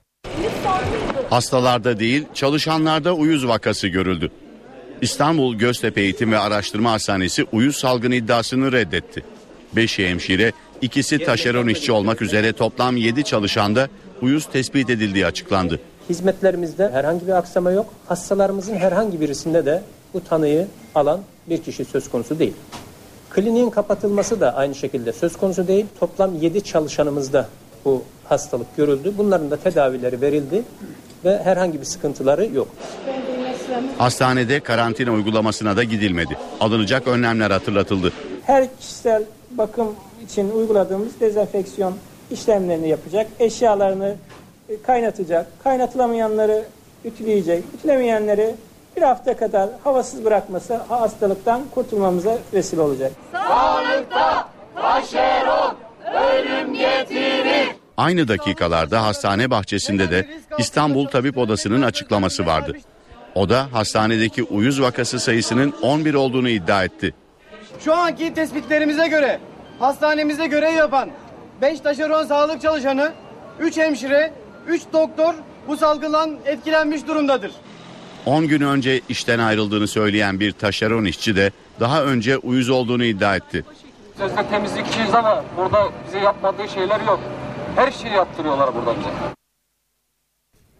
Hastalarda değil çalışanlarda uyuz vakası görüldü. İstanbul Göztepe Eğitim ve Araştırma Hastanesi uyuz salgını iddiasını reddetti. beşi hemşire, ikisi taşeron işçi olmak üzere toplam yedi çalışanda uyuz tespit edildiği açıklandı. Hizmetlerimizde herhangi bir aksama yok. Hastalarımızın herhangi birisinde de bu tanıyı alan bir kişi söz konusu değil. Kliniğin kapatılması da aynı şekilde söz konusu değil. Toplam yedi çalışanımızda bu hastalık görüldü. Bunların da tedavileri verildi ve herhangi bir sıkıntıları yok. Hastanede karantina uygulamasına da gidilmedi. Alınacak önlemler hatırlatıldı. Her kişisel bakım için uyguladığımız dezenfeksiyon işlemlerini yapacak, eşyalarını kaynatacak, kaynatılamayanları ütüleyecek, ütülemeyenleri bir hafta kadar havasız bırakması hastalıktan kurtulmamıza vesile olacak. Sağlıkta taşeron ölüm getirir. Aynı dakikalarda hastane bahçesinde de İstanbul Tabip Odası'nın açıklaması vardı. O da hastanedeki uyuz vakası sayısının on bir olduğunu iddia etti. Şu anki tespitlerimize göre hastanemizde görev yapan beş taşeron sağlık çalışanı, üç hemşire, üç doktor bu salgından etkilenmiş durumdadır. on gün önce işten ayrıldığını söyleyen bir taşeron işçi de daha önce uyuz olduğunu iddia etti. Sözde temizlikçiyiz ama burada bize yapmadığı şeyler yok. Her şeyi yaptırıyorlar burada bize.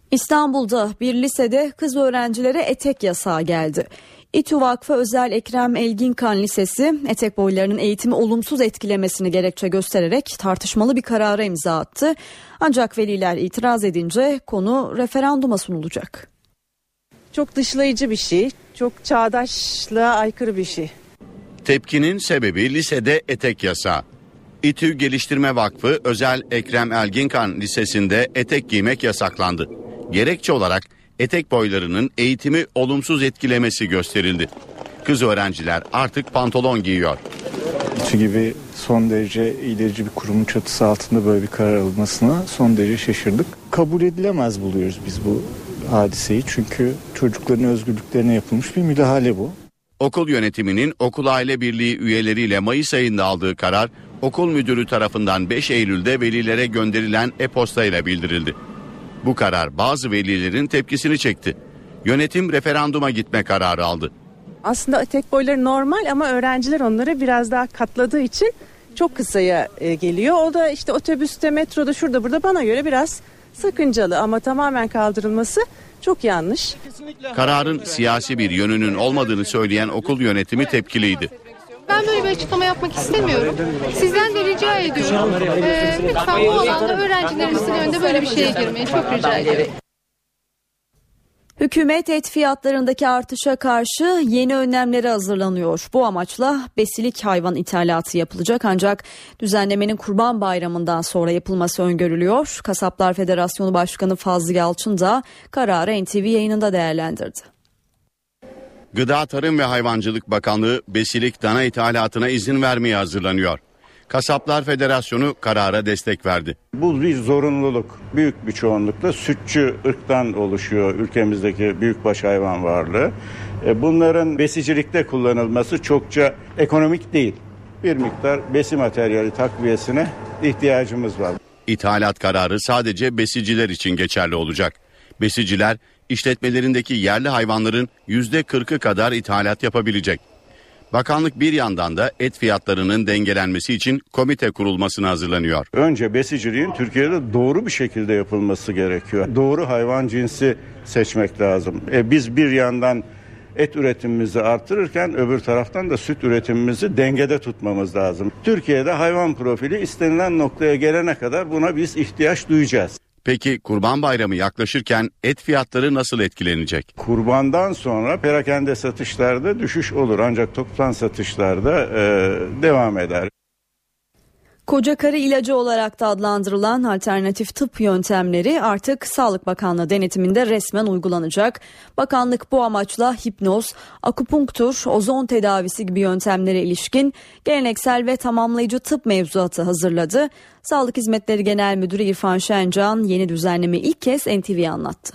İstanbul'da bir lisede kız öğrencilere etek yasağı geldi. İTÜ Vakfı Özel Ekrem Elginkan Lisesi etek boylarının eğitimi olumsuz etkilemesini gerekçe göstererek tartışmalı bir karara imza attı. Ancak veliler itiraz edince konu referanduma sunulacak. Çok dışlayıcı bir şey, çok çağdaşlığa aykırı bir şey. Tepkinin sebebi lisede etek yasağı. İTÜ Geliştirme Vakfı Özel Ekrem Elginkan Lisesi'nde etek giymek yasaklandı. Gerekçe olarak etek boylarının eğitimi olumsuz etkilemesi gösterildi. Kız öğrenciler artık pantolon giyiyor. İTÜ gibi son derece ilerici bir kurumun çatısı altında böyle bir karar alınmasına son derece şaşırdık. Kabul edilemez buluyoruz biz bu hadiseyi, çünkü çocukların özgürlüklerine yapılmış bir müdahale bu. Okul yönetiminin Okul Aile Birliği üyeleriyle Mayıs ayında aldığı karar, okul müdürü tarafından beş Eylül'de velilere gönderilen e-posta ile bildirildi. Bu karar bazı velilerin tepkisini çekti. Yönetim referanduma gitme kararı aldı. Aslında etek boyları normal ama öğrenciler onları biraz daha katladığı için çok kısaya geliyor. O da işte otobüste, metroda, şurada burada bana göre biraz sakıncalı ama tamamen kaldırılması çok yanlış. Kararın siyasi bir yönünün olmadığını söyleyen okul yönetimi tepkiliydi. Ben böyle bir açıklama yapmak istemiyorum. Sizden de rica ediyorum. Ee, lütfen bu alanda öğrencilerimizin önünde böyle bir şeye girmeyin. Çok rica ederim. Hükümet et fiyatlarındaki artışa karşı yeni önlemlere hazırlanıyor. Bu amaçla besilik hayvan ithalatı yapılacak ancak düzenlemenin Kurban Bayramı'ndan sonra yapılması öngörülüyor. Kasaplar Federasyonu Başkanı Fazlı Yalçın da kararı N T V yayınında değerlendirdi. Gıda, Tarım ve Hayvancılık Bakanlığı besilik dana ithalatına izin vermeye hazırlanıyor. Kasaplar Federasyonu karara destek verdi. Bu bir zorunluluk. Büyük bir çoğunlukla sütçü ırktan oluşuyor ülkemizdeki büyükbaş hayvan varlığı. Bunların besicilikte kullanılması çokça ekonomik değil. Bir miktar besi materyali takviyesine ihtiyacımız var. İthalat kararı sadece besiciler için geçerli olacak. Besiciler işletmelerindeki yerli hayvanların yüzde kırkı kadar ithalat yapabilecek. Bakanlık bir yandan da et fiyatlarının dengelenmesi için komite kurulmasına hazırlanıyor. Önce besiciliğin Türkiye'de doğru bir şekilde yapılması gerekiyor. Doğru hayvan cinsi seçmek lazım. E biz bir yandan et üretimimizi artırırken öbür taraftan da süt üretimimizi dengede tutmamız lazım. Türkiye'de hayvan profili istenilen noktaya gelene kadar buna biz ihtiyaç duyacağız. Peki Kurban Bayramı yaklaşırken et fiyatları nasıl etkilenecek? Kurbandan sonra perakende satışlarda düşüş olur ancak toptan satışlarda e, devam eder. Koca karı ilacı olarak da adlandırılan alternatif tıp yöntemleri artık Sağlık Bakanlığı denetiminde resmen uygulanacak. Bakanlık bu amaçla hipnoz, akupunktur, ozon tedavisi gibi yöntemlere ilişkin geleneksel ve tamamlayıcı tıp mevzuatı hazırladı. Sağlık Hizmetleri Genel Müdürü İrfan Şencan yeni düzenlemeyi ilk kez N T V'ye anlattı.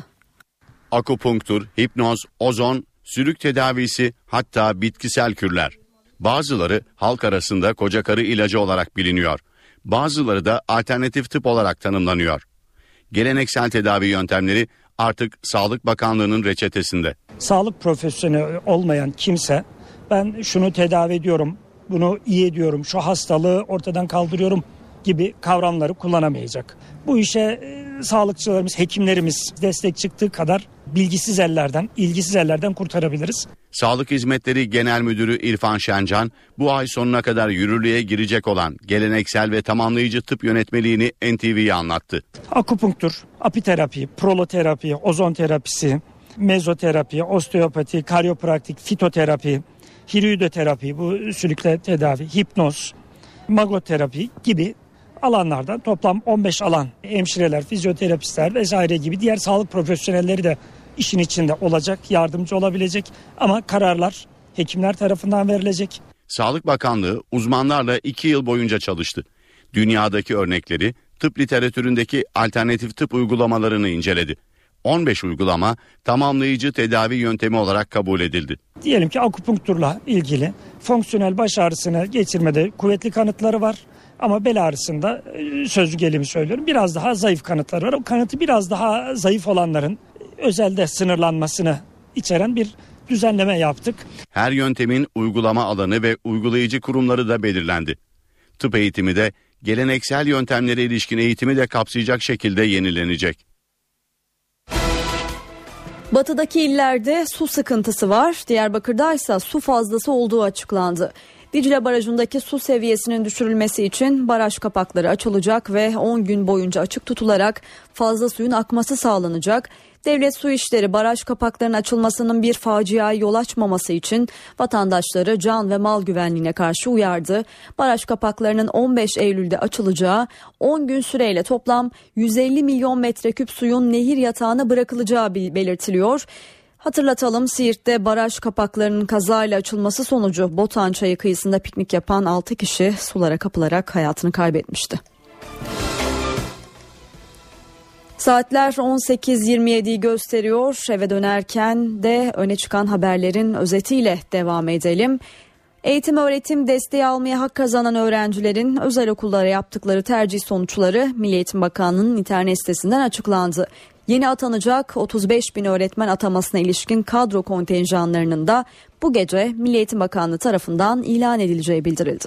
Akupunktur, hipnoz, ozon, sülük tedavisi, hatta bitkisel kürler. Bazıları halk arasında koca karı ilacı olarak biliniyor. Bazıları da alternatif tıp olarak tanımlanıyor. Geleneksel tedavi yöntemleri artık Sağlık Bakanlığı'nın reçetesinde. Sağlık profesyoneli olmayan kimse ben şunu tedavi ediyorum, bunu iyi ediyorum, şu hastalığı ortadan kaldırıyorum gibi kavramları kullanamayacak. Bu işe e, sağlıkçılarımız, hekimlerimiz destek çıktığı kadar bilgisiz ellerden, ilgisiz ellerden kurtarabiliriz. Sağlık Hizmetleri Genel Müdürü İrfan Şencan, bu ay sonuna kadar yürürlüğe girecek olan geleneksel ve tamamlayıcı tıp yönetmeliğini N T V'ye anlattı. Akupunktur, apiterapi, proloterapi, ozon terapisi, mezoterapi, osteopati, karyopraktik, fitoterapi, hiruidoterapi, bu sülükle tedavi, hipnoz, magoterapi gibi alanlardan toplam on beş alan, hemşireler, fizyoterapistler vesaire gibi diğer sağlık profesyonelleri de işin içinde olacak, yardımcı olabilecek ama kararlar hekimler tarafından verilecek. Sağlık Bakanlığı uzmanlarla iki yıl boyunca çalıştı. Dünyadaki örnekleri, tıp literatüründeki alternatif tıp uygulamalarını inceledi. on beş uygulama tamamlayıcı tedavi yöntemi olarak kabul edildi. Diyelim ki akupunkturla ilgili fonksiyonel baş ağrısını geçirmede kuvvetli kanıtları var. Ama bel ağrısında sözlü gelimi söylüyorum biraz daha zayıf kanıtlar var. O kanıtı biraz daha zayıf olanların özelde sınırlanmasını içeren bir düzenleme yaptık. Her yöntemin uygulama alanı ve uygulayıcı kurumları da belirlendi. Tıp eğitimi de geleneksel yöntemlere ilişkin eğitimi de kapsayacak şekilde yenilenecek. Batıdaki illerde su sıkıntısı var. Diyarbakır'da ise su fazlası olduğu açıklandı. Dicle Barajı'ndaki su seviyesinin düşürülmesi için baraj kapakları açılacak ve on gün boyunca açık tutularak fazla suyun akması sağlanacak. Devlet Su İşleri baraj kapaklarının açılmasının bir faciaya yol açmaması için vatandaşları can ve mal güvenliğine karşı uyardı. Baraj kapaklarının on beş Eylül'de açılacağı, on gün süreyle toplam yüz elli milyon metreküp suyun nehir yatağına bırakılacağı belirtiliyor. Hatırlatalım, Siirt'te baraj kapaklarının kazayla açılması sonucu Botan Çayı kıyısında piknik yapan altı kişi sulara kapılarak hayatını kaybetmişti. Saatler on sekiz yirmi yediyi gösteriyor. Eve dönerken de öne çıkan haberlerin özetiyle devam edelim. Eğitim öğretim desteği almaya hak kazanan öğrencilerin özel okullara yaptıkları tercih sonuçları Milli Eğitim Bakanlığı'nın internet sitesinden açıklandı. Yeni atanacak otuz beş bin öğretmen atamasına ilişkin kadro kontenjanlarının da bu gece Milli Eğitim Bakanlığı tarafından ilan edileceği bildirildi.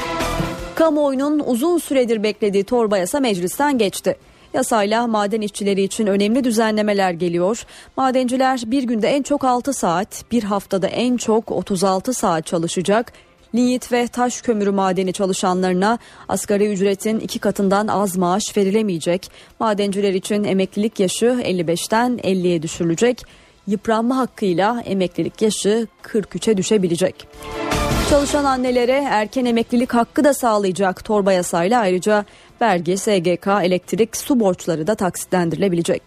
Kamuoyunun uzun süredir beklediği torba yasa meclisten geçti. Yasayla maden işçileri için önemli düzenlemeler geliyor. Madenciler bir günde en çok altı saat, bir haftada en çok otuz altı saat çalışacak. Linyit ve taş kömürü madeni çalışanlarına asgari ücretin iki katından az maaş verilemeyecek. Madenciler için emeklilik yaşı elli beşten elliye düşürülecek. Yıpranma hakkıyla emeklilik yaşı kırk üçe düşebilecek. Çalışan annelere erken emeklilik hakkı da sağlayacak torba yasayla, ayrıca vergi, S G K, elektrik, su borçları da taksitlendirilebilecek.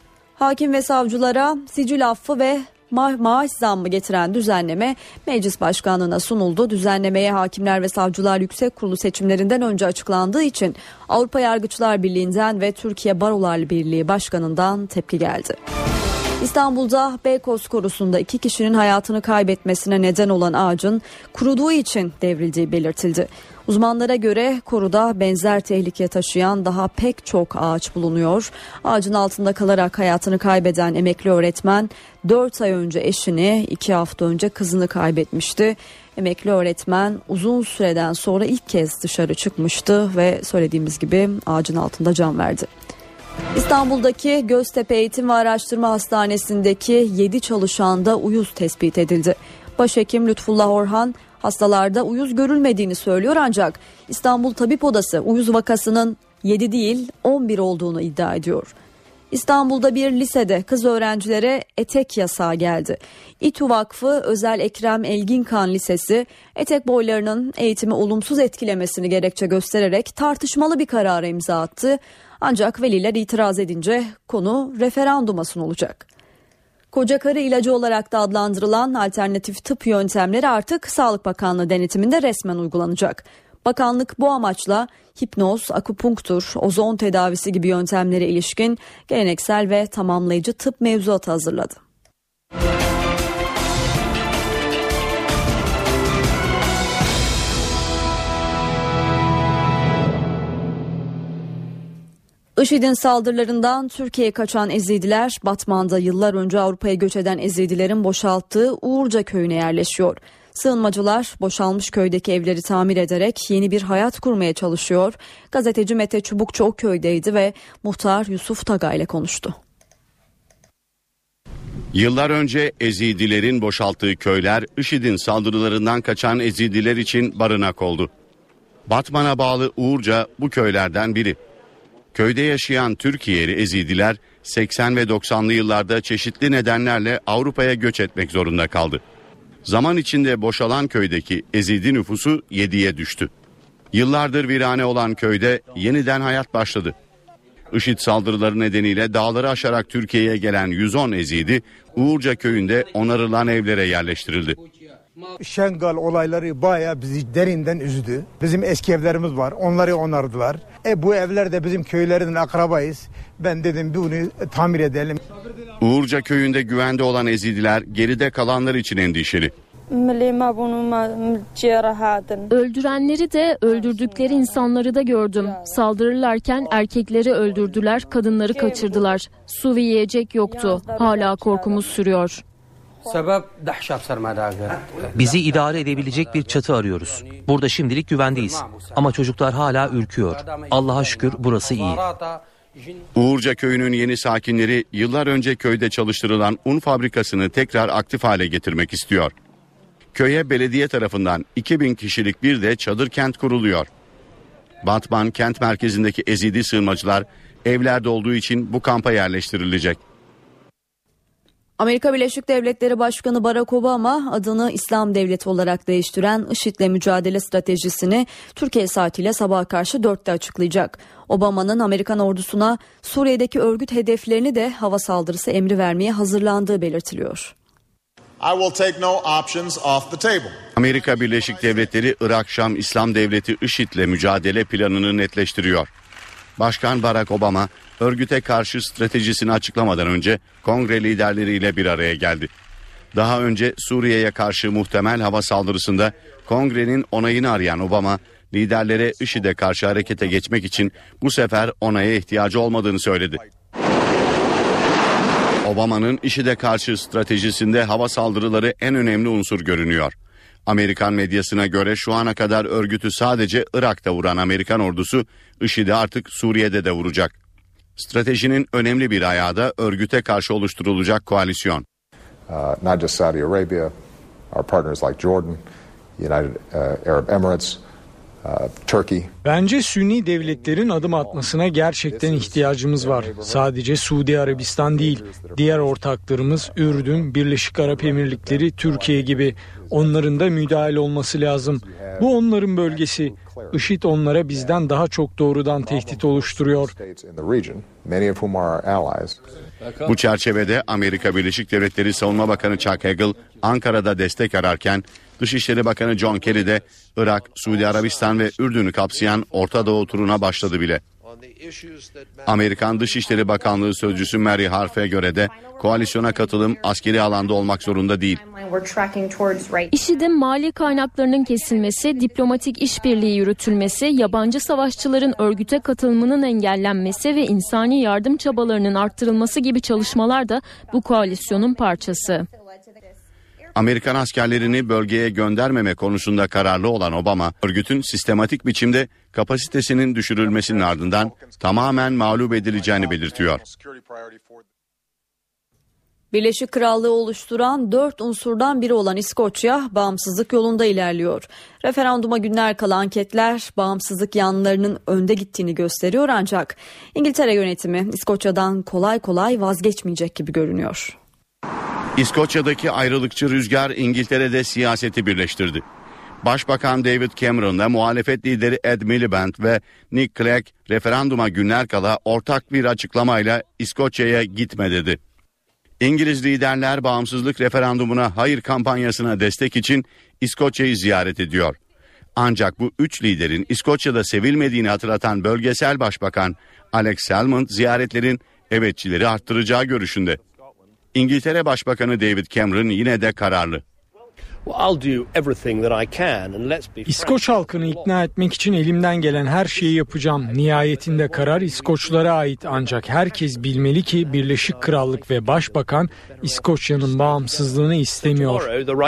Hakim ve savcılara sicil affı ve ma- maaş zammı getiren düzenleme Meclis Başkanlığı'na sunuldu. Düzenlemeye Hakimler ve Savcılar Yüksek Kurulu seçimlerinden önce açıklandığı için Avrupa Yargıçlar Birliği'nden ve Türkiye Barolar Birliği Başkanı'ndan tepki geldi. İstanbul'da Beykoz Korusu'nda iki kişinin hayatını kaybetmesine neden olan ağacın kuruduğu için devrildiği belirtildi. Uzmanlara göre koruda benzer tehlike taşıyan daha pek çok ağaç bulunuyor. Ağacın altında kalarak hayatını kaybeden emekli öğretmen dört ay önce eşini, iki hafta önce kızını kaybetmişti. Emekli öğretmen uzun süreden sonra ilk kez dışarı çıkmıştı ve söylediğimiz gibi ağacın altında can verdi. İstanbul'daki Göztepe Eğitim ve Araştırma Hastanesi'ndeki yedi çalışanda uyuz tespit edildi. Başhekim Lütfullah Orhan hastalarda uyuz görülmediğini söylüyor, ancak İstanbul Tabip Odası uyuz vakasının yedi değil on bir olduğunu iddia ediyor. İstanbul'da bir lisede kız öğrencilere etek yasağı geldi. İTÜ Vakfı Özel Ekrem Elginkan Lisesi etek boylarının eğitimi olumsuz etkilemesini gerekçe göstererek tartışmalı bir karara imza attı. Ancak veliler itiraz edince konu referanduma sunulacak. Kocakarı ilacı olarak da adlandırılan alternatif tıp yöntemleri artık Sağlık Bakanlığı denetiminde resmen uygulanacak. Bakanlık bu amaçla hipnoz, akupunktur, ozon tedavisi gibi yöntemlere ilişkin geleneksel ve tamamlayıcı tıp mevzuatı hazırladı. IŞİD'in saldırılarından Türkiye'ye kaçan Ezidiler, Batman'da yıllar önce Avrupa'ya göç eden Ezidilerin boşalttığı Uğurca köyüne yerleşiyor. Sığınmacılar boşalmış köydeki evleri tamir ederek yeni bir hayat kurmaya çalışıyor. Gazeteci Mete Çubukçu o köydeydi ve muhtar Yusuf Taga ile konuştu. Yıllar önce Ezidilerin boşalttığı köyler IŞİD'in saldırılarından kaçan Ezidiler için barınak oldu. Batman'a bağlı Uğurca bu köylerden biri. Köyde yaşayan Türkiye'li Ezidiler seksen ve doksanlı yıllarda çeşitli nedenlerle Avrupa'ya göç etmek zorunda kaldı. Zaman içinde boşalan köydeki Ezidi nüfusu yediye düştü. Yıllardır virane olan köyde yeniden hayat başladı. IŞİD saldırıları nedeniyle dağları aşarak Türkiye'ye gelen yüz on Ezidi Uğurca köyünde onarılan evlere yerleştirildi. Şengal olayları bayağı bizi derinden üzdü. Bizim eski evlerimiz var, onları onardılar. E bu evler de bizim köylerin akrabayız. Ben dedim bunu tamir edelim. Uğurca köyünde güvende olan Ezidiler geride kalanlar için endişeli. Öldürenleri de öldürdükleri insanları da gördüm. Saldırırlarken erkekleri öldürdüler, kadınları kaçırdılar. Su ve yiyecek yoktu. Hala korkumuz sürüyor. Bizi idare edebilecek bir çatı arıyoruz. Burada şimdilik güvendeyiz. Ama çocuklar hala ürküyor. Allah'a şükür burası iyi. Uğurca köyünün yeni sakinleri yıllar önce köyde çalıştırılan un fabrikasını tekrar aktif hale getirmek istiyor. Köye belediye tarafından iki bin kişilik bir de çadır kent kuruluyor. Batman kent merkezindeki Ezidi sığınmacılar evlerde olduğu için bu kampa yerleştirilecek. Amerika Birleşik Devletleri Başkanı Barack Obama adını İslam Devleti olarak değiştiren IŞİD'le mücadele stratejisini Türkiye saatiyle sabaha karşı dörtte açıklayacak. Obama'nın Amerikan ordusuna Suriye'deki örgüt hedeflerini de hava saldırısı emri vermeye hazırlandığı belirtiliyor. I will take no options off the table. Amerika Birleşik Devletleri Irak-Şam İslam Devleti IŞİD'le mücadele planını netleştiriyor. Başkan Barack Obama örgüte karşı stratejisini açıklamadan önce kongre liderleriyle bir araya geldi. Daha önce Suriye'ye karşı muhtemel hava saldırısında kongrenin onayını arayan Obama, liderlere IŞİD'e karşı harekete geçmek için bu sefer onaya ihtiyacı olmadığını söyledi. Obama'nın IŞİD'e karşı stratejisinde hava saldırıları en önemli unsur görünüyor. Amerikan medyasına göre şu ana kadar örgütü sadece Irak'ta vuran Amerikan ordusu IŞİD'i artık Suriye'de de vuracak. Stratejinin önemli bir ayağı da örgüte karşı oluşturulacak koalisyon. Uh, not just Saudi Arabia, our partners like Jordan, United uh, Arab Emirates, uh, Turkey. Bence Sünni devletlerin adım atmasına gerçekten ihtiyacımız var. Sadece Suudi Arabistan değil, diğer ortaklarımız Ürdün, Birleşik Arap Emirlikleri, Türkiye gibi onların da müdahil olması lazım. Bu onların bölgesi. IŞİD onlara bizden daha çok doğrudan tehdit oluşturuyor. Bu çerçevede Amerika Birleşik Devletleri Savunma Bakanı Chuck Hagel Ankara'da destek ararken Dışişleri Bakanı John Kerry de Irak, Suudi Arabistan ve Ürdün'ü kapsayan Orta Doğu turuna başladı bile. Amerikan Dışişleri Bakanlığı Sözcüsü Mary Harf'e göre de koalisyona katılım askeri alanda olmak zorunda değil. IŞİD'in mali kaynaklarının kesilmesi, diplomatik işbirliği yürütülmesi, yabancı savaşçıların örgüte katılımının engellenmesi ve insani yardım çabalarının arttırılması gibi çalışmalar da bu koalisyonun parçası. Amerikan askerlerini bölgeye göndermeme konusunda kararlı olan Obama, örgütün sistematik biçimde kapasitesinin düşürülmesinin ardından tamamen mağlup edileceğini belirtiyor. Birleşik Krallığı oluşturan dört unsurdan biri olan İskoçya bağımsızlık yolunda ilerliyor. Referanduma günler kala anketler bağımsızlık yanlarının önde gittiğini gösteriyor ancak İngiltere yönetimi İskoçya'dan kolay kolay vazgeçmeyecek gibi görünüyor. İskoçya'daki ayrılıkçı rüzgar İngiltere'de siyaseti birleştirdi. Başbakan David Cameron'la muhalefet lideri Ed Miliband ve Nick Clegg referanduma günler kala ortak bir açıklamayla İskoçya'ya gitme dedi. İngiliz liderler bağımsızlık referandumuna hayır kampanyasına destek için İskoçya'yı ziyaret ediyor. Ancak bu üç liderin İskoçya'da sevilmediğini hatırlatan bölgesel başbakan Alex Salmond ziyaretlerin evetçileri arttıracağı görüşünde. İngiltere Başbakanı David Cameron yine de kararlı. İskoç halkını ikna etmek için elimden gelen her şeyi yapacağım. Nihayetinde karar İskoçlara ait ancak herkes bilmeli ki Birleşik Krallık ve Başbakan İskoçya'nın bağımsızlığını istemiyor.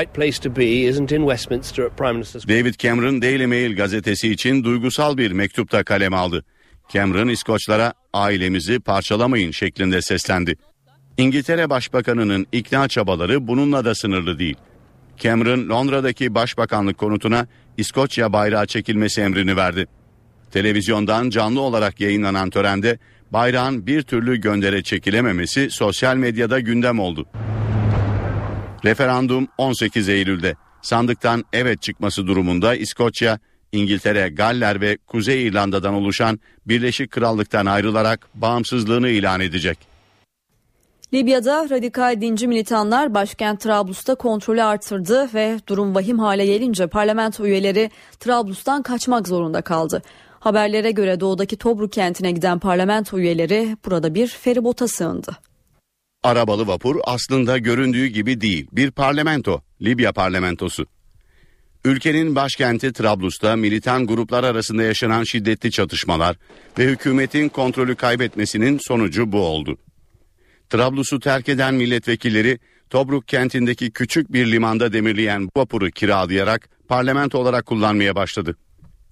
David Cameron Daily Mail gazetesi için duygusal bir mektupta kalem aldı. Cameron İskoçlara ailemizi parçalamayın şeklinde seslendi. İngiltere Başbakanı'nın ikna çabaları bununla da sınırlı değil. Cameron Londra'daki başbakanlık konutuna İskoçya bayrağı çekilmesi emrini verdi. Televizyondan canlı olarak yayınlanan törende bayrağın bir türlü göndere çekilememesi sosyal medyada gündem oldu. Referandum on sekiz Eylül'de. Sandıktan evet çıkması durumunda İskoçya, İngiltere, Galler ve Kuzey İrlanda'dan oluşan Birleşik Krallık'tan ayrılarak bağımsızlığını ilan edecek. Libya'da radikal dinci militanlar başkent Trablus'ta kontrolü artırdı ve durum vahim hale gelince parlamento üyeleri Trablus'tan kaçmak zorunda kaldı. Haberlere göre doğudaki Tobruk kentine giden parlamento üyeleri burada bir feribota sığındı. Arabalı vapur aslında göründüğü gibi değil, bir parlamento, Libya parlamentosu. Ülkenin başkenti Trablus'ta militan gruplar arasında yaşanan şiddetli çatışmalar ve hükümetin kontrolü kaybetmesinin sonucu bu oldu. Trablus'u terk eden milletvekilleri Tobruk kentindeki küçük bir limanda demirleyen vapuru kiralayarak parlamento olarak kullanmaya başladı.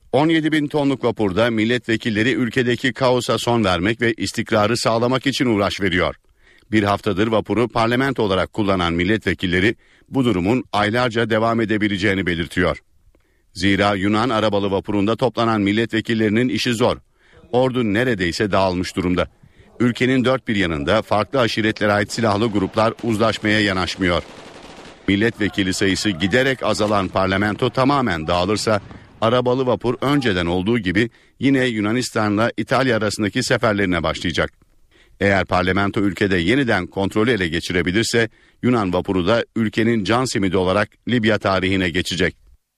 on yedi bin tonluk vapurda milletvekilleri ülkedeki kaosa son vermek ve istikrarı sağlamak için uğraş veriyor. Bir haftadır vapuru parlamento olarak kullanan milletvekilleri bu durumun aylarca devam edebileceğini belirtiyor. Zira Yunan arabalı vapurunda toplanan milletvekillerinin işi zor. Ordu neredeyse dağılmış durumda. Ülkenin dört bir yanında farklı aşiretlere ait silahlı gruplar uzlaşmaya yanaşmıyor. Milletvekili sayısı giderek azalan parlamento tamamen dağılırsa arabalı vapur önceden olduğu gibi yine Yunanistan'la İtalya arasındaki seferlerine başlayacak. Eğer parlamento ülkede yeniden kontrolü ele geçirebilirse Yunan vapuru da ülkenin can simidi olarak Libya tarihine geçecek.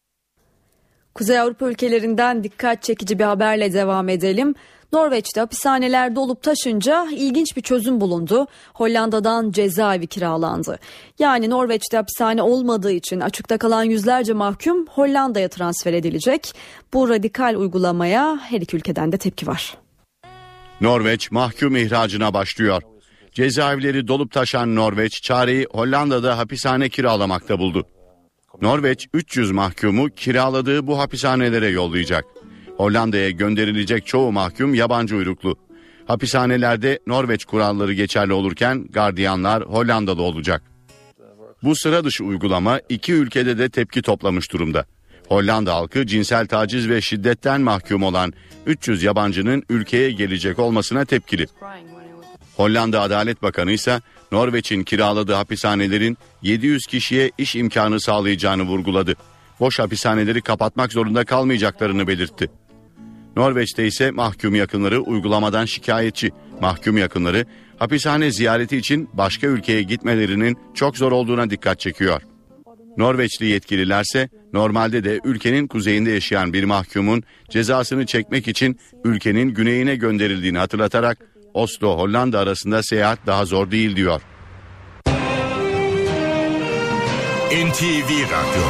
Kuzey Avrupa ülkelerinden dikkat çekici bir haberle devam edelim. Norveç'te hapishaneler dolup taşınca ilginç bir çözüm bulundu. Hollanda'dan cezaevi kiralandı. Yani Norveç'te hapishane olmadığı için açıkta kalan yüzlerce mahkum Hollanda'ya transfer edilecek. Bu radikal uygulamaya her iki ülkeden de tepki var. Norveç mahkum ihracına başlıyor. Cezaevleri dolup taşan Norveç çareyi Hollanda'da hapishane kiralamakta buldu. Norveç üç yüz mahkumu kiraladığı bu hapishanelere yollayacak. Hollanda'ya gönderilecek çoğu mahkum yabancı uyruklu. Hapishanelerde Norveç kuralları geçerli olurken gardiyanlar Hollandalı olacak. Bu sıra dışı uygulama iki ülkede de tepki toplamış durumda. Hollanda halkı cinsel taciz ve şiddetten mahkum olan üç yüz yabancının ülkeye gelecek olmasına tepkili. Hollanda Adalet Bakanı ise Norveç'in kiraladığı hapishanelerin yedi yüz kişiye iş imkanı sağlayacağını vurguladı. Boş hapishaneleri kapatmak zorunda kalmayacaklarını belirtti. Norveç'te ise mahkum yakınları uygulamadan şikayetçi. Mahkum yakınları hapishane ziyareti için başka ülkeye gitmelerinin çok zor olduğuna dikkat çekiyor. Norveçli yetkililerse normalde de ülkenin kuzeyinde yaşayan bir mahkumun cezasını çekmek için ülkenin güneyine gönderildiğini hatırlatarak Oslo-Hollanda arasında seyahat daha zor değil diyor. N T V Radyo.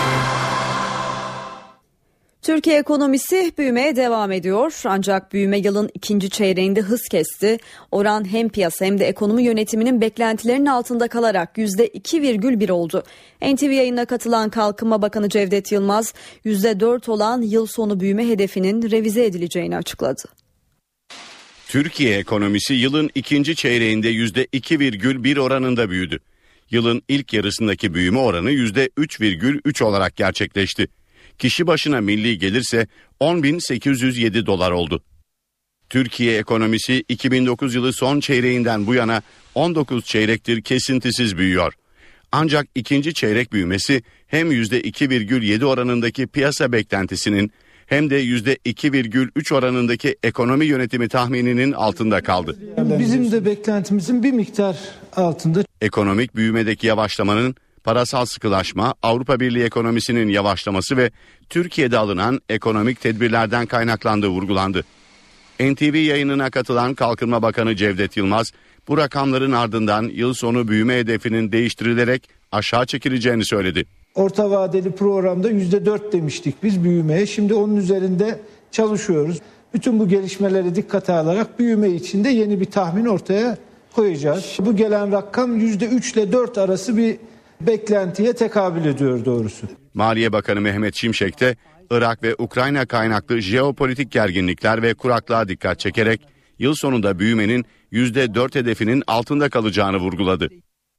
Türkiye ekonomisi büyümeye devam ediyor. Ancak büyüme yılın ikinci çeyreğinde hız kesti. Oran hem piyasa hem de ekonomi yönetiminin beklentilerinin altında kalarak yüzde iki virgül bir oldu. N T V yayınına katılan Kalkınma Bakanı Cevdet Yılmaz, yüzde dört olan yıl sonu büyüme hedefinin revize edileceğini açıkladı. Türkiye ekonomisi yılın ikinci çeyreğinde yüzde iki virgül bir oranında büyüdü. Yılın ilk yarısındaki büyüme oranı yüzde üç virgül üç olarak gerçekleşti. Kişi başına milli gelirse on bin sekiz yüz yedi dolar oldu. Türkiye ekonomisi iki bin dokuz yılı son çeyreğinden bu yana on dokuz çeyrektir kesintisiz büyüyor. Ancak ikinci çeyrek büyümesi hem yüzde iki virgül yedi oranındaki piyasa beklentisinin hem de yüzde iki virgül üç oranındaki ekonomi yönetimi tahmininin altında kaldı. Bizim de beklentimizin bir miktar altında. Ekonomik büyümedeki yavaşlamanın parasal sıkılaşma, Avrupa Birliği ekonomisinin yavaşlaması ve Türkiye'de alınan ekonomik tedbirlerden kaynaklandığı vurgulandı. N T V yayınına katılan Kalkınma Bakanı Cevdet Yılmaz, bu rakamların ardından yıl sonu büyüme hedefinin değiştirilerek aşağı çekileceğini söyledi. Orta vadeli programda yüzde dört demiştik biz büyümeye. Şimdi onun üzerinde çalışıyoruz. Bütün bu gelişmeleri dikkate alarak büyüme için de yeni bir tahmin ortaya koyacağız. Bu gelen rakam yüzde üç ile dört arası bir beklentiye tekabül ediyor doğrusu. Maliye Bakanı Mehmet Şimşek de Irak ve Ukrayna kaynaklı jeopolitik gerginlikler ve kuraklığa dikkat çekerek yıl sonunda büyümenin yüzde dört hedefinin altında kalacağını vurguladı.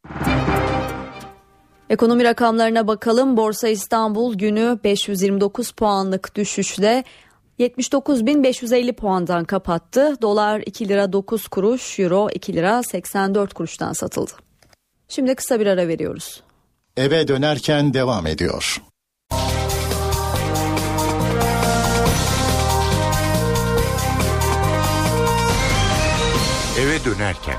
Ekonomi rakamlarına bakalım. Borsa İstanbul günü beş yüz yirmi dokuz puanlık düşüşle yetmiş dokuz bin beş yüz elli puandan kapattı. Dolar iki lira dokuz kuruş, euro iki lira seksen dört kuruştan satıldı. Şimdi kısa bir ara veriyoruz. Eve dönerken devam ediyor. Eve dönerken.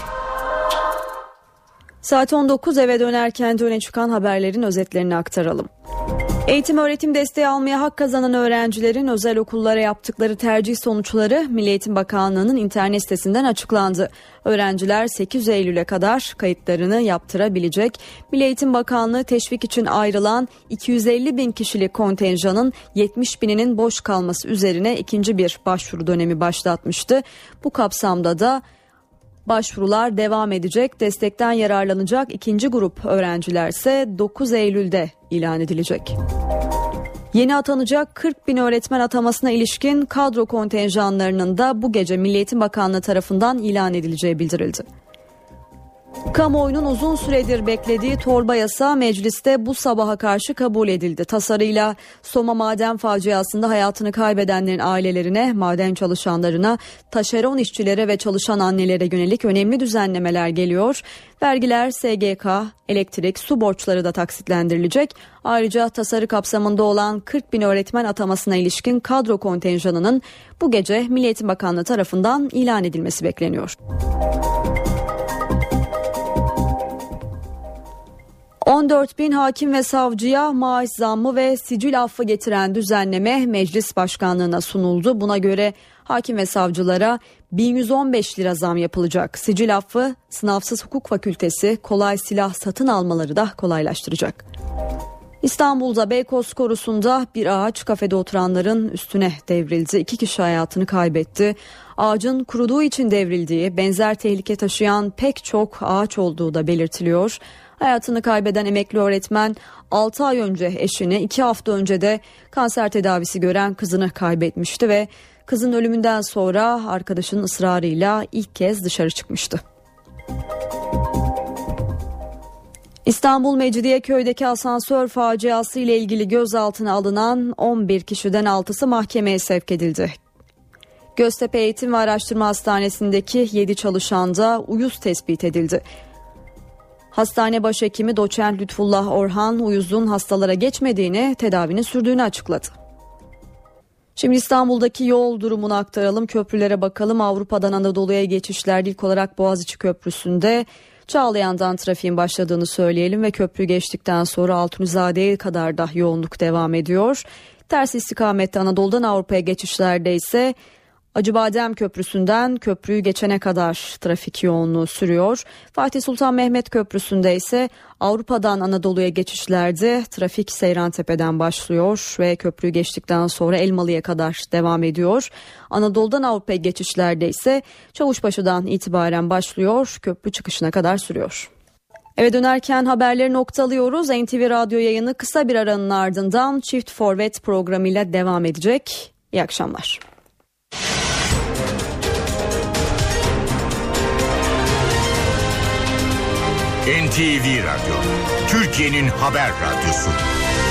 Saat on dokuz, eve dönerken de öne çıkan haberlerin özetlerini aktaralım. Eğitim öğretim desteği almaya hak kazanan öğrencilerin özel okullara yaptıkları tercih sonuçları Milli Eğitim Bakanlığı'nın internet sitesinden açıklandı. Öğrenciler sekiz Eylül'e kadar kayıtlarını yaptırabilecek. Milli Eğitim Bakanlığı teşvik için ayrılan iki yüz elli bin kişilik kontenjanın yetmiş bininin boş kalması üzerine ikinci bir başvuru dönemi başlatmıştı. Bu kapsamda da başvurular devam edecek. Destekten yararlanacak ikinci grup öğrenciler ise dokuz Eylül'de ilan edilecek. Yeni atanacak kırk bin öğretmen atamasına ilişkin kadro kontenjanlarının da bu gece Milli Eğitim Bakanlığı tarafından ilan edileceği bildirildi. Kamuoyunun uzun süredir beklediği torba yasa mecliste bu sabaha karşı kabul edildi. Tasarıyla Soma maden faciasında hayatını kaybedenlerin ailelerine, maden çalışanlarına, taşeron işçilere ve çalışan annelere yönelik önemli düzenlemeler geliyor. Vergiler, S G K, elektrik, su borçları da taksitlendirilecek. Ayrıca tasarı kapsamında olan kırk bin öğretmen atamasına ilişkin kadro kontenjanının bu gece Milli Eğitim Bakanlığı tarafından ilan edilmesi bekleniyor. on dört bin hakim ve savcıya maaş zammı ve sicil affı getiren düzenleme meclis başkanlığına sunuldu. Buna göre hakim ve savcılara bin yüz on beş lira zam yapılacak. Sicil affı sınavsız hukuk fakültesi, kolay silah satın almaları da kolaylaştıracak. İstanbul'da Beykoz Korusu'nda bir ağaç kafede oturanların üstüne devrildi. İki kişi hayatını kaybetti. Ağacın kuruduğu için devrildiği, benzer tehlike taşıyan pek çok ağaç olduğu da belirtiliyor. Hayatını kaybeden emekli öğretmen altı ay önce eşini, iki hafta önce de kanser tedavisi gören kızını kaybetmişti ve kızın ölümünden sonra arkadaşının ısrarıyla ilk kez dışarı çıkmıştı. İstanbul Mecidiyeköy'deki asansör faciası ile ilgili gözaltına alınan on bir kişiden altısı mahkemeye sevk edildi. Göztepe Eğitim ve Araştırma Hastanesi'ndeki yedi çalışanda uyuz tespit edildi. Hastane başhekimi doçent Lütfullah Orhan uyuzun hastalara geçmediğini, tedavinin sürdüğünü açıkladı. Şimdi İstanbul'daki yol durumunu aktaralım, köprülere bakalım. Avrupa'dan Anadolu'ya geçişlerde ilk olarak Boğaziçi Köprüsü'nde Çağlayan'dan trafiğin başladığını söyleyelim ve köprü geçtikten sonra Altunizade'ye kadar da yoğunluk devam ediyor. Ters istikamette Anadolu'dan Avrupa'ya geçişlerde ise Acıbadem Köprüsü'nden köprüyü geçene kadar trafik yoğunluğu sürüyor. Fatih Sultan Mehmet Köprüsü'nde ise Avrupa'dan Anadolu'ya geçişlerde trafik Seyrantepe'den başlıyor ve köprüyü geçtikten sonra Elmalı'ya kadar devam ediyor. Anadolu'dan Avrupa'ya geçişlerde ise Çavuşbaşı'dan itibaren başlıyor, köprü çıkışına kadar sürüyor. Eve dönerken haberleri noktalıyoruz. N T V Radyo yayını kısa bir aranın ardından Çift Forvet programıyla devam edecek. İyi akşamlar. N T V Radyo, Türkiye'nin haber radyosu.